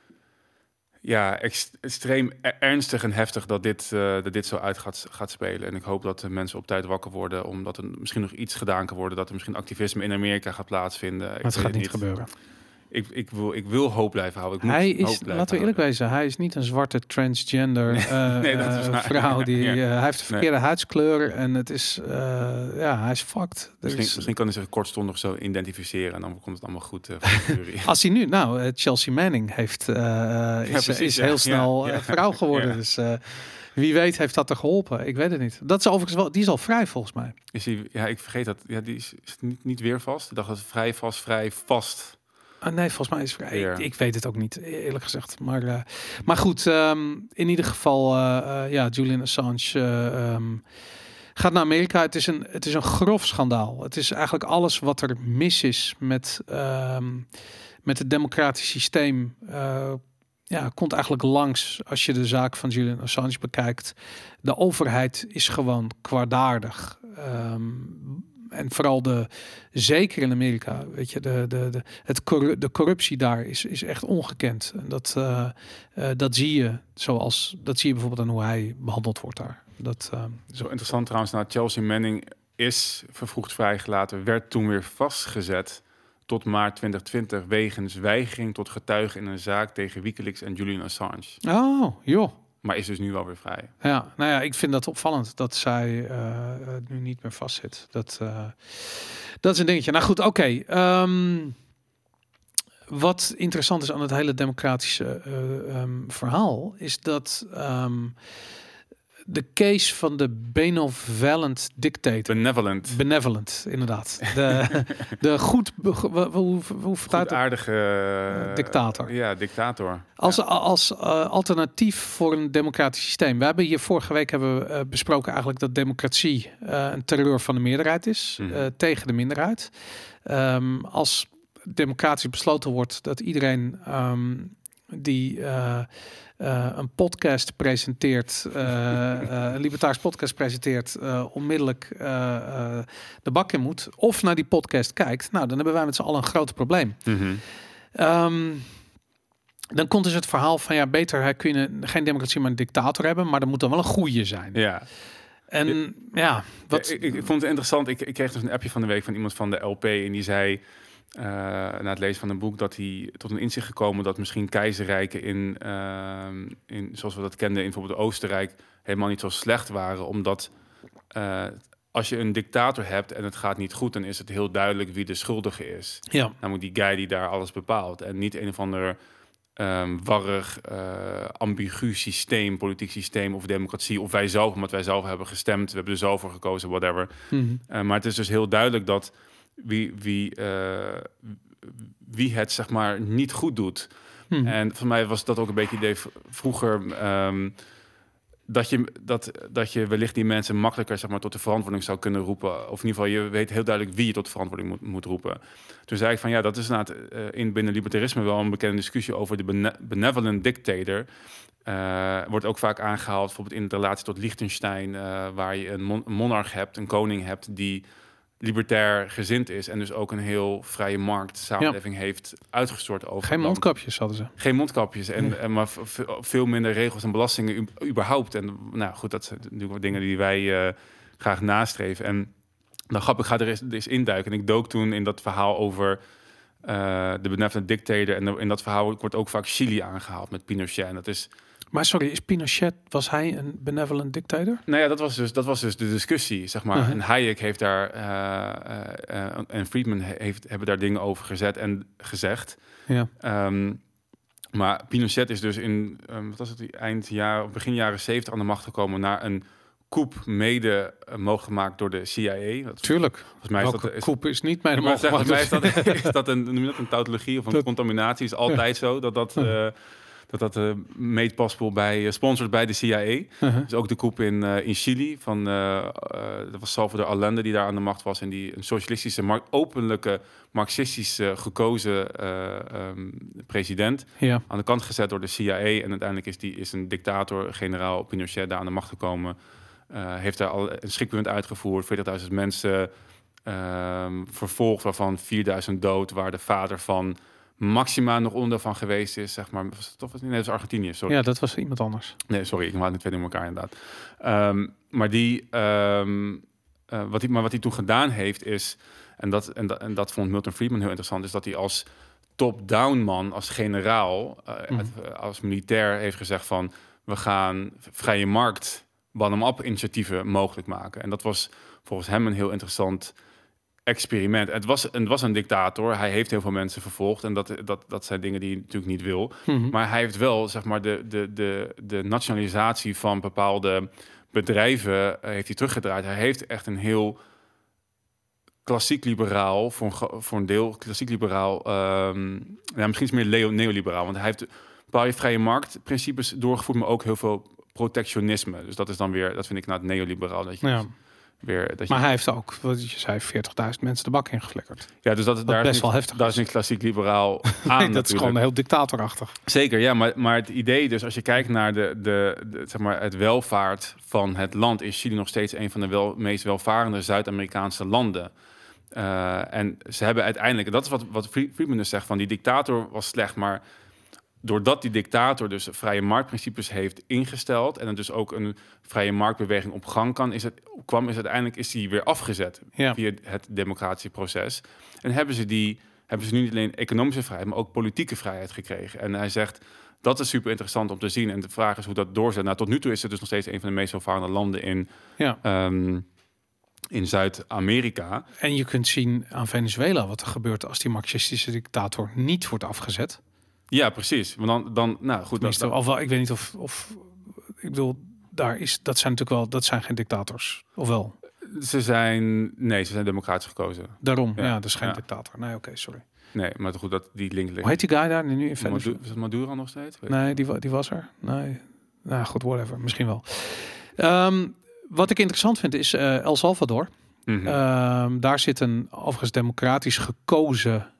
ja, ext- extreem ernstig en heftig dat dit, uh, dat dit zo uit gaat, gaat spelen. En ik hoop dat de mensen op tijd wakker worden, omdat er misschien nog iets gedaan kan worden, dat er misschien activisme in Amerika gaat plaatsvinden. Maar het gaat niet, niet gebeuren. Ik, ik, wil, ik wil hoop blijven houden. Ik moet hij is, hoop blijven laten we eerlijk wezen, hij is niet een zwarte transgender nee, uh, nee, dat is uh, vrouw. Die, ja. uh, hij heeft de verkeerde nee. huidskleur en het is, uh, ja, hij is fucked. Misschien, is, misschien kan hij zich kortstondig zo identificeren en dan komt het allemaal goed. Uh, Als hij nu, nou, uh, Chelsea Manning heeft, uh, is, ja, precies, is heel ja, snel ja, uh, vrouw geworden. Ja. Dus uh, wie weet heeft dat er geholpen. Ik weet het niet. Dat is overigens wel, die is al vrij volgens mij. Is die, ja, ik vergeet dat. Ja, die is, is niet, niet weer vast. Ik dacht dat het vrij vast, vrij vast. Uh, nee, volgens mij is het vrij. Ja. Ik, ik weet het ook niet, eerlijk gezegd. Maar, uh, maar goed, um, in ieder geval, uh, uh, ja, Julian Assange uh, um, gaat naar Amerika. Het is, een, het is een grof schandaal. Het is eigenlijk alles wat er mis is met, um, met het democratisch systeem. Uh, ja, komt eigenlijk langs als je de zaak van Julian Assange bekijkt. De overheid is gewoon kwaadaardig. Um, en vooral de, zeker in Amerika, weet je, de, de, de, het corru- de corruptie daar is, is echt ongekend. En dat, uh, uh, dat zie je, zoals dat zie je bijvoorbeeld aan hoe hij behandeld wordt daar. Dat uh, zo interessant trouwens. Nou, Chelsea Manning is vervroegd vrijgelaten, werd toen weer vastgezet tot maart twintig twintig wegens weigering tot getuige in een zaak tegen WikiLeaks en Julian Assange. Oh, joh. Maar is dus nu wel weer vrij. Ja, nou ja, ik vind dat opvallend dat zij uh, nu niet meer vastzit. Dat, uh, dat is een dingetje. Nou goed, oké. Okay. Um, wat interessant is aan het hele democratische uh, um, verhaal is dat um, de case van de benevolent dictator. Benevolent. Benevolent, inderdaad. De, de goed, hoe, hoe, hoe goedaardige uh, dictator. Ja, dictator. Als, ja. als uh, alternatief voor een democratisch systeem. We hebben hier vorige week hebben we uh, besproken eigenlijk dat democratie uh, een terreur van de meerderheid is. Mm. Uh, tegen de minderheid. Um, als democratisch besloten wordt dat iedereen um, die uh, uh, een podcast presenteert, uh, uh, een libertaars podcast presenteert, uh, onmiddellijk uh, uh, de bak in moet, of naar die podcast kijkt, nou, dan hebben wij met z'n allen een groot probleem. Mm-hmm. Um, dan komt dus het verhaal van ja, beter kun je geen democratie, maar een dictator hebben, maar dat moet dan wel een goeie zijn. Ja. En ja, ja wat... Ja, ik, ik vond het interessant. Ik, ik kreeg dus een appje van de week van iemand van de L P en die zei, Uh, na het lezen van een boek, dat hij tot een inzicht gekomen dat misschien keizerrijken in, uh, in zoals we dat kenden in bijvoorbeeld Oostenrijk, helemaal niet zo slecht waren, omdat uh, als je een dictator hebt en het gaat niet goed, dan is het heel duidelijk wie de schuldige is. Ja. Namelijk die guy die daar alles bepaalt en niet een of ander um, warrig, uh, ambigu systeem, politiek systeem of democratie, of wij zelf, omdat wij zelf hebben gestemd, we hebben er zelf voor gekozen, whatever. Mm-hmm. Uh, maar het is dus heel duidelijk dat Wie, wie, uh, wie het zeg maar niet goed doet. Hmm. En voor mij was dat ook een beetje idee vroeger um, dat je dat dat je wellicht die mensen makkelijker zeg maar tot de verantwoording zou kunnen roepen. Of in ieder geval je weet heel duidelijk wie je tot de verantwoording moet, moet roepen. Toen zei ik van ja, dat is inderdaad uh, in binnen libertarisme wel een bekende discussie over de bene- benevolent dictator. Uh, wordt ook vaak aangehaald, bijvoorbeeld in de relatie tot Liechtenstein, uh, waar je een, mon- een monarch hebt, een koning hebt die libertair gezind is en dus ook een heel vrije markt samenleving ja. heeft uitgestort over. Geen mondkapjes hadden ze. Geen mondkapjes en, nee. en maar v- veel minder regels en belastingen u- überhaupt. En nou goed, dat zijn natuurlijk dingen die wij uh, graag nastreven. En dan grappig, ik ga er eens, er eens induiken. En ik dook toen in dat verhaal over uh, de benevolent dictator. En in dat verhaal wordt ook vaak Chili aangehaald met Pinochet. En dat is Maar sorry, is Pinochet, was hij een benevolent dictator? Nou ja, dat was dus, dat was dus de discussie, zeg maar. Uh-huh. En Hayek heeft daar, uh, uh, uh, en Friedman heeft, hebben daar dingen over gezet en gezegd. Ja. Um, maar Pinochet is dus in, um, wat was het, eind jaar, of begin jaren zeventig aan de macht gekomen na een coup mede uh, mogelijk gemaakt door de C I A. Dat, Tuurlijk. Volgens mij is dat, is, coup is niet mede mogelijk gemaakt. Volgens mij is dat, is dat een, noem je dat, een tautologie of een dat, contaminatie. Is altijd ja. zo dat dat... Uh, dat dat uh, made possible bij uh, sponsored bij de C I A. Uh-huh. Dus ook de coup in, uh, in Chili van uh, uh, dat was Salvador Allende die daar aan de macht was en die een socialistische, mar- openlijke, marxistische gekozen uh, um, president ja. aan de kant gezet door de C I A en uiteindelijk is die is een dictator, generaal Pinochet, daar aan de macht gekomen. Uh, heeft daar al een schrikbewind uitgevoerd, veertigduizend mensen uh, vervolgd, waarvan vierduizend dood, waar de vader van Maxima nog onderdeel van geweest is, zeg maar. Was het toch? Nee, dat was Argentinië, sorry. Ja, dat was iemand anders. Nee, sorry, ik maak het twee in elkaar inderdaad. Um, maar die, um, uh, wat hij, maar wat hij toen gedaan heeft is, en dat, en, dat, en dat vond Milton Friedman heel interessant, is dat hij als top-down man, als generaal, uh, mm. het, als militair heeft gezegd van, we gaan vrije markt, bottom-up initiatieven mogelijk maken. En dat was volgens hem een heel interessant experiment. Het was, het was een dictator. Hij heeft heel veel mensen vervolgd. En dat, dat, dat zijn dingen die hij natuurlijk niet wil. Mm-hmm. Maar hij heeft wel, zeg maar, de, de, de, de nationalisatie van bepaalde bedrijven uh, heeft hij teruggedraaid. Hij heeft echt een heel klassiek liberaal, voor een, voor een deel klassiek liberaal, um, ja, misschien is het meer neoliberaal, want hij heeft bepaalde vrije marktprincipes doorgevoerd, maar ook heel veel protectionisme. Dus dat is dan weer, dat vind ik nou het neoliberaal, dat je ja. weer... Dat maar je... hij heeft ook, wat je zei, veertigduizend mensen de bak ingeflikkerd. Ja, dus dat, dat daar best is wel een, heftig. Dat is een klassiek liberaal aan. Nee, dat is gewoon heel dictatorachtig. Zeker, ja, maar, maar het idee dus, als je kijkt naar de, de, de, zeg maar het welvaart van het land, is Chili nog steeds een van de wel, meest welvarende Zuid-Amerikaanse landen. Uh, en ze hebben uiteindelijk, en dat is wat, wat Friedman dus zegt, van die dictator was slecht, maar doordat die dictator dus vrije marktprincipes heeft ingesteld en er dus ook een vrije marktbeweging op gang kan, is het, kwam, is uiteindelijk is die weer afgezet ja. via het democratische proces. En hebben ze die, hebben ze nu niet alleen economische vrijheid, maar ook politieke vrijheid gekregen. En hij zegt, dat is super interessant om te zien. En de vraag is hoe dat doorzet. Nou, tot nu toe is het dus nog steeds een van de meest welvarende landen in, ja. um, in Zuid-Amerika. En je kunt zien aan Venezuela wat er gebeurt als die marxistische dictator niet wordt afgezet. Ja, precies. Want dan, dan nou goed. Tenminste, dan, of wel, ik weet niet of, of ik bedoel, daar is dat zijn natuurlijk wel, dat zijn geen dictators, of wel? Ze zijn, nee, ze zijn democratisch gekozen. Daarom, ja, ja dat is geen ja. dictator. Nee, oké, okay, sorry. Nee, maar goed, dat die link ligt. Hoe heet die guy daar nu in Venezuela? Maduro, is het Maduro nog steeds? Weet nee, die, die was er. Nee, nou goed, whatever, misschien wel. Um, wat ik interessant vind is uh, El Salvador. Mm-hmm. Um, daar zit een overigens democratisch gekozen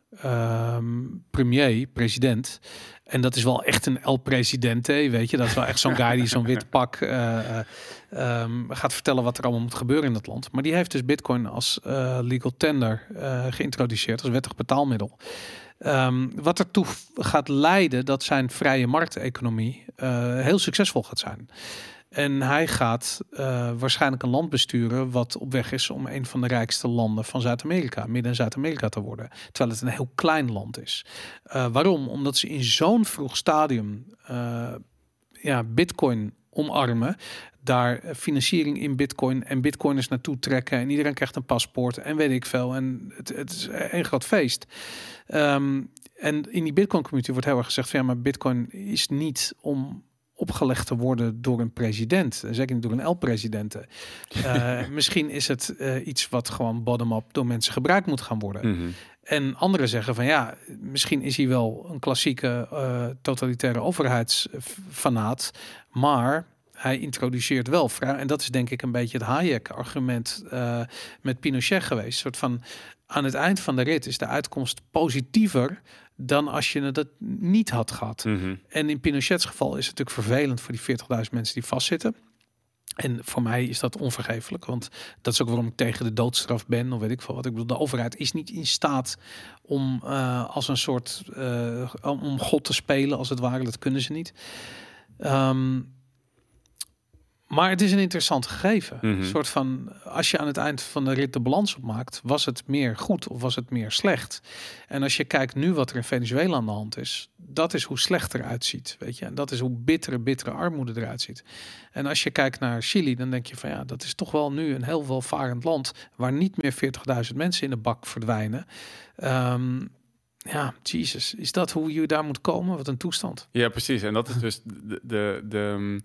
um, premier, president. En dat is wel echt een El Presidente, weet je. Dat is wel echt zo'n guy die zo'n wit pak uh, um, gaat vertellen wat er allemaal moet gebeuren in dat land. Maar die heeft dus Bitcoin als uh, legal tender uh, geïntroduceerd, als wettig betaalmiddel. Um, wat ertoe gaat leiden dat zijn vrije markteconomie uh, heel succesvol gaat zijn. En hij gaat uh, waarschijnlijk een land besturen wat op weg is om een van de rijkste landen van Zuid-Amerika, Midden- en Zuid-Amerika te worden. Terwijl het een heel klein land is. Uh, waarom? Omdat ze in zo'n vroeg stadium uh, ja, Bitcoin omarmen. Daar financiering in Bitcoin en Bitcoiners naartoe trekken. En iedereen krijgt een paspoort en weet ik veel. En het, het is een groot feest. Um, en in die Bitcoin community wordt heel erg gezegd van ja, maar Bitcoin is niet om opgelegd te worden door een president. Zeker niet door een L-presidenten. Uh, misschien is het uh, iets wat gewoon bottom-up door mensen gebruikt moet gaan worden. Mm-hmm. En anderen zeggen van ja, misschien is hij wel een klassieke uh, totalitaire overheidsfanaat, maar hij introduceert wel vrij. En dat is denk ik een beetje het Hayek-argument uh, met Pinochet geweest. Een soort van aan het eind van de rit is de uitkomst positiever dan als je het niet had gehad. Mm-hmm. En in Pinochets geval is het natuurlijk vervelend voor die veertigduizend mensen die vastzitten. En voor mij is dat onvergeeflijk, want dat is ook waarom ik tegen de doodstraf ben, of weet ik veel wat. Ik bedoel, de overheid is niet in staat om uh, als een soort uh, om God te spelen, als het ware. Dat kunnen ze niet. Um, Maar het is een interessant gegeven. Mm-hmm. Een soort van, als je aan het eind van de rit de balans opmaakt, was het meer goed of was het meer slecht? En als je kijkt nu wat er in Venezuela aan de hand is, dat is hoe slecht eruit ziet, weet je. En dat is hoe bittere, bittere armoede eruit ziet. En als je kijkt naar Chili, dan denk je van ja, dat is toch wel nu een heel welvarend land waar niet meer veertigduizend mensen in de bak verdwijnen. Um, Ja, Jesus, is dat hoe je daar moet komen? Wat een toestand. Ja, precies. En dat is dus de... de, de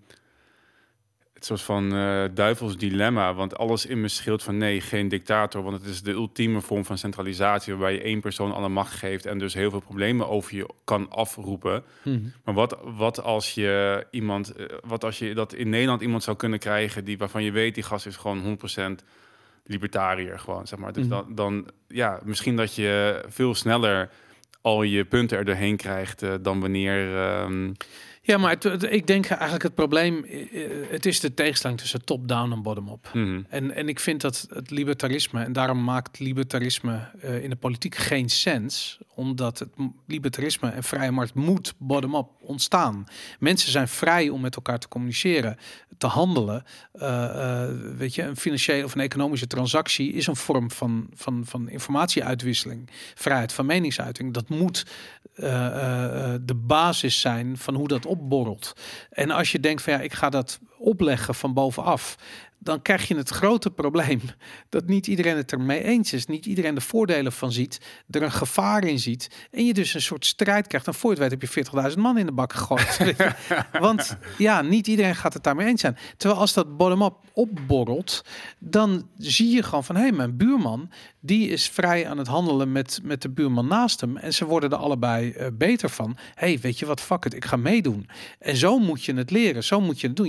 het soort van uh, duivels dilemma, want alles in me scheelt van nee, geen dictator, want het is de ultieme vorm van centralisatie waarbij je één persoon alle macht geeft en dus heel veel problemen over je kan afroepen. Mm-hmm. Maar wat, wat als je iemand, uh, wat als je dat in Nederland iemand zou kunnen krijgen die waarvan je weet die gast is gewoon honderd procent libertariër gewoon, zeg maar. Dus mm-hmm. dan, dan ja, misschien dat je veel sneller al je punten er doorheen krijgt uh, dan wanneer. Um, Ja, maar het, het, ik denk eigenlijk het probleem, het is de tegenstelling tussen top-down en bottom-up. Mm-hmm. En, en ik vind dat het libertarisme, en daarom maakt libertarisme uh, in de politiek geen sens, omdat het libertarisme en vrije markt moet bottom-up ontstaan. Mensen zijn vrij om met elkaar te communiceren, te handelen. Uh, uh, weet je, een financiële of een economische transactie is een vorm van, van, van informatieuitwisseling, vrijheid van meningsuiting. Dat moet uh, uh, de basis zijn van hoe dat opborrelt. En als je denkt van ja, ik ga dat opleggen van bovenaf, dan krijg je het grote probleem dat niet iedereen het ermee eens is. Niet iedereen de voordelen van ziet, er een gevaar in ziet. En je dus een soort strijd krijgt. En voor je het weet heb je veertigduizend man in de bak gegooid. Want ja, niet iedereen gaat het daarmee eens zijn. Terwijl als dat bottom-up opborrelt, dan zie je gewoon van hé, hey, mijn buurman, die is vrij aan het handelen met, met de buurman naast hem. En ze worden er allebei uh, beter van. Hé, hey, weet je wat, fuck it, ik ga meedoen. En zo moet je het leren. Zo moet je het doen. Je moet eerst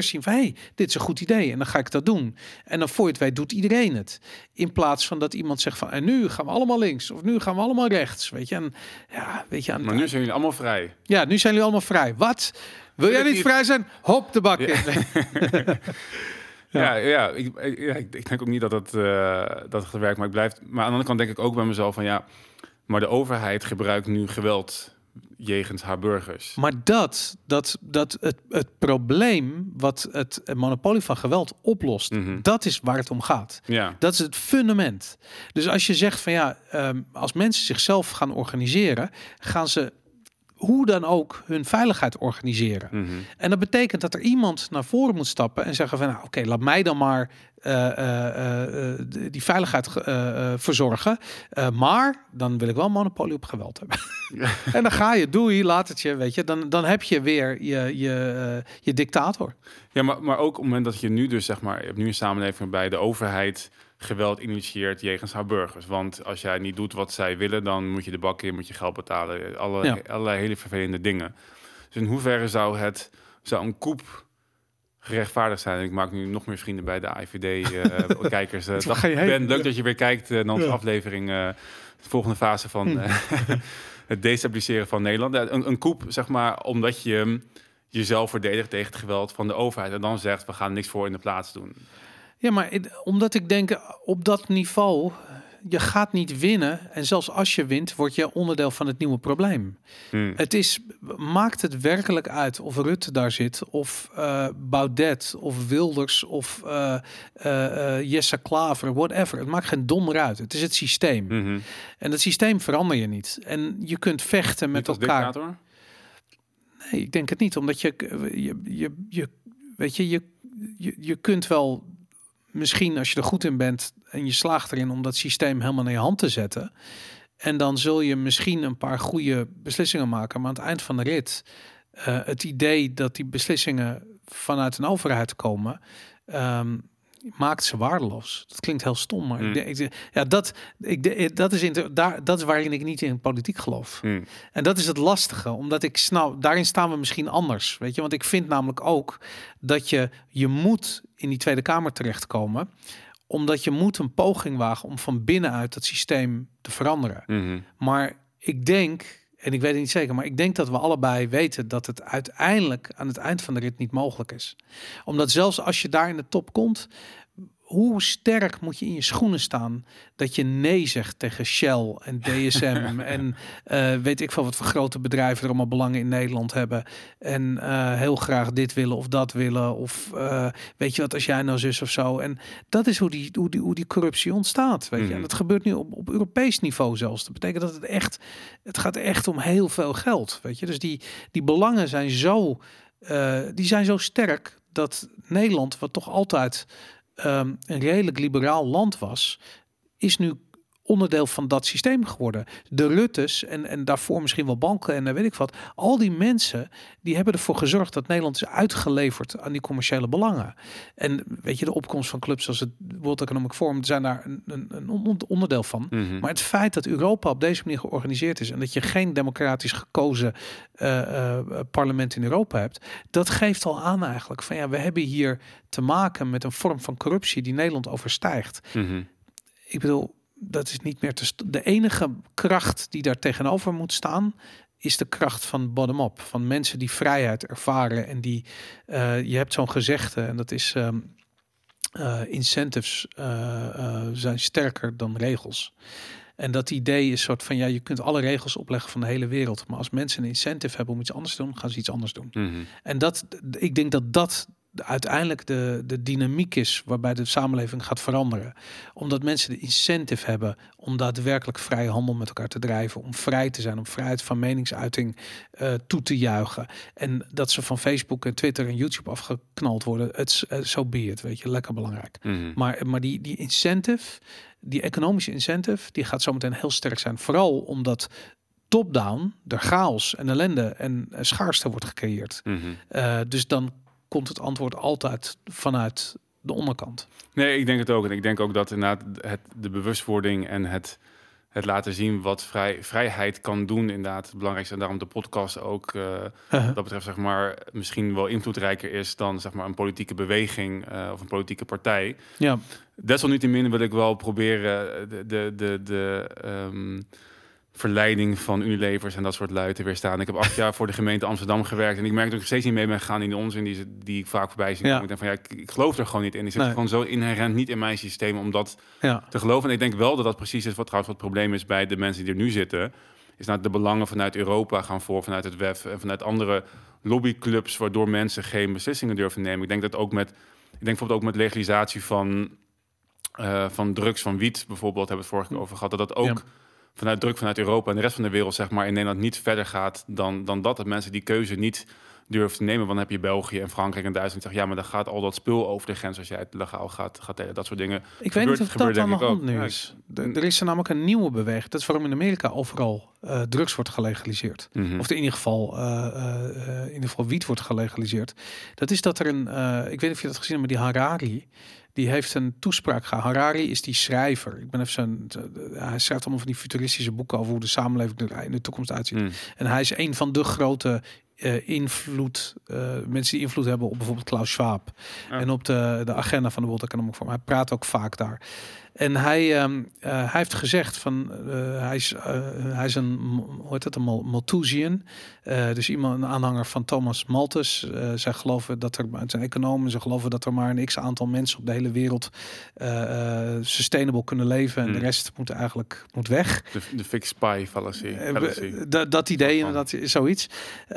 eerst zien van, hé, hey, dit is een goed idee en dan ga ik dat doen. En dan voor je het weet doet iedereen het. In plaats van dat iemand zegt van, en nu gaan we allemaal links of nu gaan we allemaal rechts. Weet je, en ja, weet je. Aan maar nu zijn jullie allemaal vrij. Ja, nu zijn jullie allemaal vrij. Wat? Wil jij niet, niet vrij zijn? Hop de bak in. Ja. Ja, ja, ik, ja ik, ik denk ook niet dat het, uh, dat het werkt, maar ik blijf. Maar aan de andere kant denk ik ook bij mezelf van ja, maar de overheid gebruikt nu geweld jegens haar burgers. Maar dat, dat, dat het, het probleem wat het monopolie van geweld oplost, mm-hmm. dat is waar het om gaat. Ja. Dat is het fundament. Dus als je zegt van ja, um, als mensen zichzelf gaan organiseren, gaan ze hoe dan ook hun veiligheid organiseren. Mm-hmm. En dat betekent dat er iemand naar voren moet stappen en zeggen van nou, oké, okay, laat mij dan maar uh, uh, uh, die veiligheid uh, uh, verzorgen. Uh, maar dan wil ik wel een monopolie op geweld hebben. Ja. En dan ga je, doei, laat het je, weet je. Dan, dan heb je weer je, je, uh, je dictator. Ja, maar, maar ook op het moment dat je nu dus zeg maar, je hebt nu een samenleving waarbij de overheid geweld initieert jegens haar burgers. Want als jij niet doet wat zij willen, dan moet je de bak in, moet je geld betalen. Alle, ja. Allerlei hele vervelende dingen. Dus in hoeverre zou het zou een coup gerechtvaardigd zijn? En ik maak nu nog meer vrienden bij de A I V D-kijkers. Uh, uh, dag, Ben, leuk dat je weer kijkt uh, naar onze ja. aflevering. Uh, de volgende fase van uh, het destabiliseren van Nederland. Uh, een, een coup, zeg maar, omdat je jezelf verdedigt tegen het geweld van de overheid. En dan zegt, we gaan niks voor in de plaats doen. Ja, maar omdat ik denk, op dat niveau, je gaat niet winnen. En zelfs als je wint, word je onderdeel van het nieuwe probleem. Hmm. Het is, maakt het werkelijk uit of Rutte daar zit, of uh, Baudet, of Wilders, of uh, uh, uh, Jesse Klaver, whatever. Het maakt geen donder uit. Het is het systeem. Mm-hmm. En dat systeem verander je niet. En je kunt vechten met niet elkaar. Dictator? Nee, ik denk het niet. Omdat je, je, je, je weet je, je, je, je kunt wel misschien als je er goed in bent en je slaagt erin om dat systeem helemaal naar je hand te zetten. En dan zul je misschien een paar goede beslissingen maken. Maar aan het eind van de rit, uh, het idee dat die beslissingen vanuit een overheid komen, um, maakt ze waardeloos. Dat klinkt heel stom, maar mm. ik, ik, ja, dat, ik, dat, is in, daar, dat is waarin ik niet in politiek geloof. Mm. En dat is het lastige, omdat ik snap, daarin staan we misschien anders, weet je, want ik vind namelijk ook dat je je moet in die Tweede Kamer terechtkomen, omdat je moet een poging wagen om van binnenuit dat systeem te veranderen. Mm-hmm. Maar ik denk, en ik weet het niet zeker, maar ik denk dat we allebei weten dat het uiteindelijk aan het eind van de rit niet mogelijk is. Omdat zelfs als je daar in de top komt, hoe sterk moet je in je schoenen staan dat je nee zegt tegen Shell en D S M en uh, weet ik veel wat voor grote bedrijven er allemaal belangen in Nederland hebben en uh, heel graag dit willen of dat willen of uh, weet je wat, als jij nou zus of zo. En dat is hoe die, hoe die, hoe die corruptie ontstaat, weet je. Mm. En dat gebeurt nu op, op Europees niveau zelfs. Dat betekent dat het echt, het gaat echt om heel veel geld, weet je. Dus die, die belangen zijn zo, uh, die zijn zo sterk dat Nederland, wat toch altijd Um, een redelijk liberaal land was, is nu onderdeel van dat systeem geworden. De Ruttes en, en daarvoor misschien wel banken en weet ik wat. Al die mensen die hebben ervoor gezorgd dat Nederland is uitgeleverd aan die commerciële belangen. En weet je, de opkomst van clubs zoals het World Economic Forum zijn daar een, een, een onderdeel van. Mm-hmm. Maar het feit dat Europa op deze manier georganiseerd is en dat je geen democratisch gekozen uh, uh, parlement in Europa hebt, dat geeft al aan eigenlijk van ja, we hebben hier te maken met een vorm van corruptie die Nederland overstijgt. Mm-hmm. Ik bedoel, dat is niet meer te st- de enige kracht die daar tegenover moet staan, is de kracht van bottom-up, van mensen die vrijheid ervaren en die uh, je hebt zo'n gezegde en dat is um, uh, incentives uh, uh, zijn sterker dan regels. En dat idee is soort van ja, je kunt alle regels opleggen van de hele wereld, maar als mensen een incentive hebben om iets anders te doen, gaan ze iets anders doen. Mm-hmm. En dat, ik denk dat dat uiteindelijk de, de dynamiek is waarbij de samenleving gaat veranderen. Omdat mensen de incentive hebben om daadwerkelijk vrije handel met elkaar te drijven, om vrij te zijn, om vrijheid van meningsuiting uh, toe te juichen. En dat ze van Facebook en Twitter en YouTube afgeknald worden, het uh, so be it, weet je, lekker belangrijk. Mm-hmm. Maar, maar die, die incentive, die economische incentive, die gaat zometeen heel sterk zijn. Vooral omdat top-down er chaos en ellende en uh, schaarste wordt gecreëerd. Mm-hmm. Uh, dus dan komt het antwoord altijd vanuit de onderkant. Nee, ik denk het ook. En ik denk ook dat inderdaad het, de bewustwording en het het laten zien wat vrij, vrijheid kan doen, inderdaad het belangrijkste. En daarom de podcast ook, uh, uh-huh. wat dat betreft, zeg maar, misschien wel invloedrijker is dan, zeg maar, een politieke beweging uh, of een politieke partij. Ja. Desalniettemin wil ik wel proberen de, de, de, de um, verleiding van Unilevers en dat soort lui te weerstaan. Ik heb acht jaar voor de gemeente Amsterdam gewerkt en ik merk dat ik steeds niet mee ben gegaan in de onzin die, die ik vaak voorbij zie. Ja. Ik denk van ja, ik, ik geloof er gewoon niet in. Die zit nee. gewoon zo inherent niet in mijn systeem om dat ja. te geloven. En ik denk wel dat dat precies is wat trouwens wat het probleem is bij de mensen die er nu zitten. Is nou de belangen vanuit Europa gaan voor, vanuit het W E F en vanuit andere lobbyclubs, waardoor mensen geen beslissingen durven nemen. Ik denk dat ook met, ik denk bijvoorbeeld ook met legalisatie van, uh, van drugs, van wiet bijvoorbeeld, hebben we het vorige keer over gehad, dat dat ook ja. vanuit druk vanuit Europa en de rest van de wereld, zeg maar, in Nederland niet verder gaat dan, dan dat. Dat mensen die keuze niet durven te nemen. Want dan heb je België en Frankrijk en Duitsland. Zeg, ja, maar dan gaat al dat spul over de grens als jij het legaal gaat, gaat delen. Dat soort dingen. Ik weet niet of dat aan de hand nu is. Ja, er is er namelijk een nieuwe beweging. Dat is waarom in Amerika overal uh, drugs wordt gelegaliseerd. Mm-hmm. Of in ieder geval uh, uh, in ieder geval wiet wordt gelegaliseerd. Dat is dat er een, uh, ik weet niet of je dat gezien hebt, maar die Harari, die heeft een toespraak gehad. Harari is die schrijver. Ik ben even zo'n, hij schrijft allemaal van die futuristische boeken over hoe de samenleving er in de toekomst uitziet. Mm. En hij is een van de grote uh, invloed, uh, mensen die invloed hebben op bijvoorbeeld Klaus Schwab. Ja. En op de, de agenda van de World Economic Forum. Hij praat ook vaak daar. En hij, um, uh, hij heeft gezegd van uh, hij is uh, hij is een hoe heet het een Malthusian, uh, dus iemand een aanhanger van Thomas Malthus. Uh, zij geloven dat er het zijn economen, ze geloven dat er maar een x aantal mensen op de hele wereld uh, uh, sustainable kunnen leven en hmm. de rest moet eigenlijk moet weg. De, de fixed pie fallacy. Uh, dat, dat idee inderdaad is zoiets.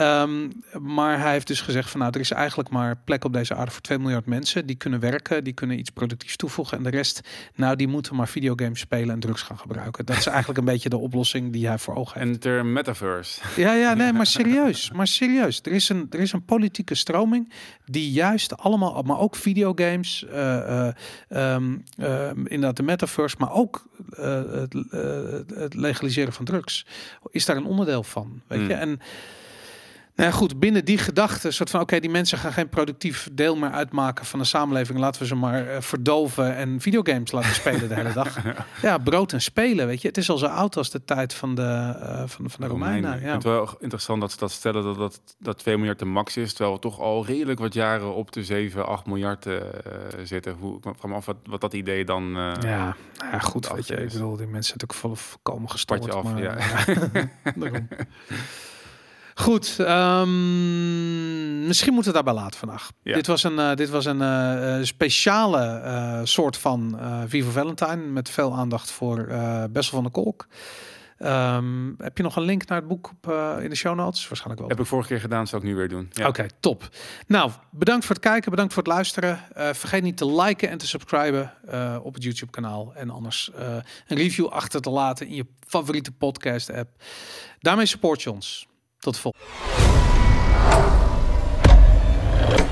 Um, maar hij heeft dus gezegd van nou er is eigenlijk maar plek op deze aarde voor twee miljard mensen die kunnen werken, die kunnen iets productiefs toevoegen en de rest nou die moeten maar videogames spelen en drugs gaan gebruiken. Dat is eigenlijk een beetje de oplossing die hij voor ogen heeft. En ter metaverse. Ja, ja, nee, maar serieus. Maar serieus. Er is een, er is een politieke stroming die juist allemaal, maar ook videogames, uh, uh, um, uh, inderdaad de metaverse, maar ook uh, het, uh, het legaliseren van drugs. Is daar een onderdeel van, weet mm. je? En nou ja, goed, binnen die gedachte, soort van, oké, okay, die mensen gaan geen productief deel meer uitmaken van de samenleving. Laten we ze maar uh, verdoven en videogames laten spelen de hele dag. Ja, brood en spelen, weet je. Het is al zo oud als de tijd van de, uh, van, van de Romeinen. Ja. Ik vind het wel interessant dat ze dat stellen, dat, dat, dat twee miljard de max is, terwijl we toch al redelijk wat jaren op de zeven, acht miljard uh, zitten. Hoe, ik vraag me af wat, wat dat idee dan... Uh, ja, ja, goed, weet je. Ik bedoel, die mensen zijn natuurlijk volkomen gestoord. Spat je af, maar, ja. Daarom. Goed, um, misschien moeten we het daarbij laten vandaag. Ja. Dit was een, uh, dit was een uh, speciale uh, soort van uh, Viva Valentine met veel aandacht voor uh, Bessel van der Kolk. Um, heb je nog een link naar het boek op, uh, in de show notes? Waarschijnlijk wel. Heb ik vorige keer gedaan, zal ik nu weer doen. Ja. Oké, okay, top. Nou, bedankt voor het kijken, bedankt voor het luisteren. Uh, vergeet niet te liken en te subscriben uh, op het YouTube kanaal. En anders uh, een review achter te laten in je favoriete podcast app. Daarmee support je ons. Tot de volgende.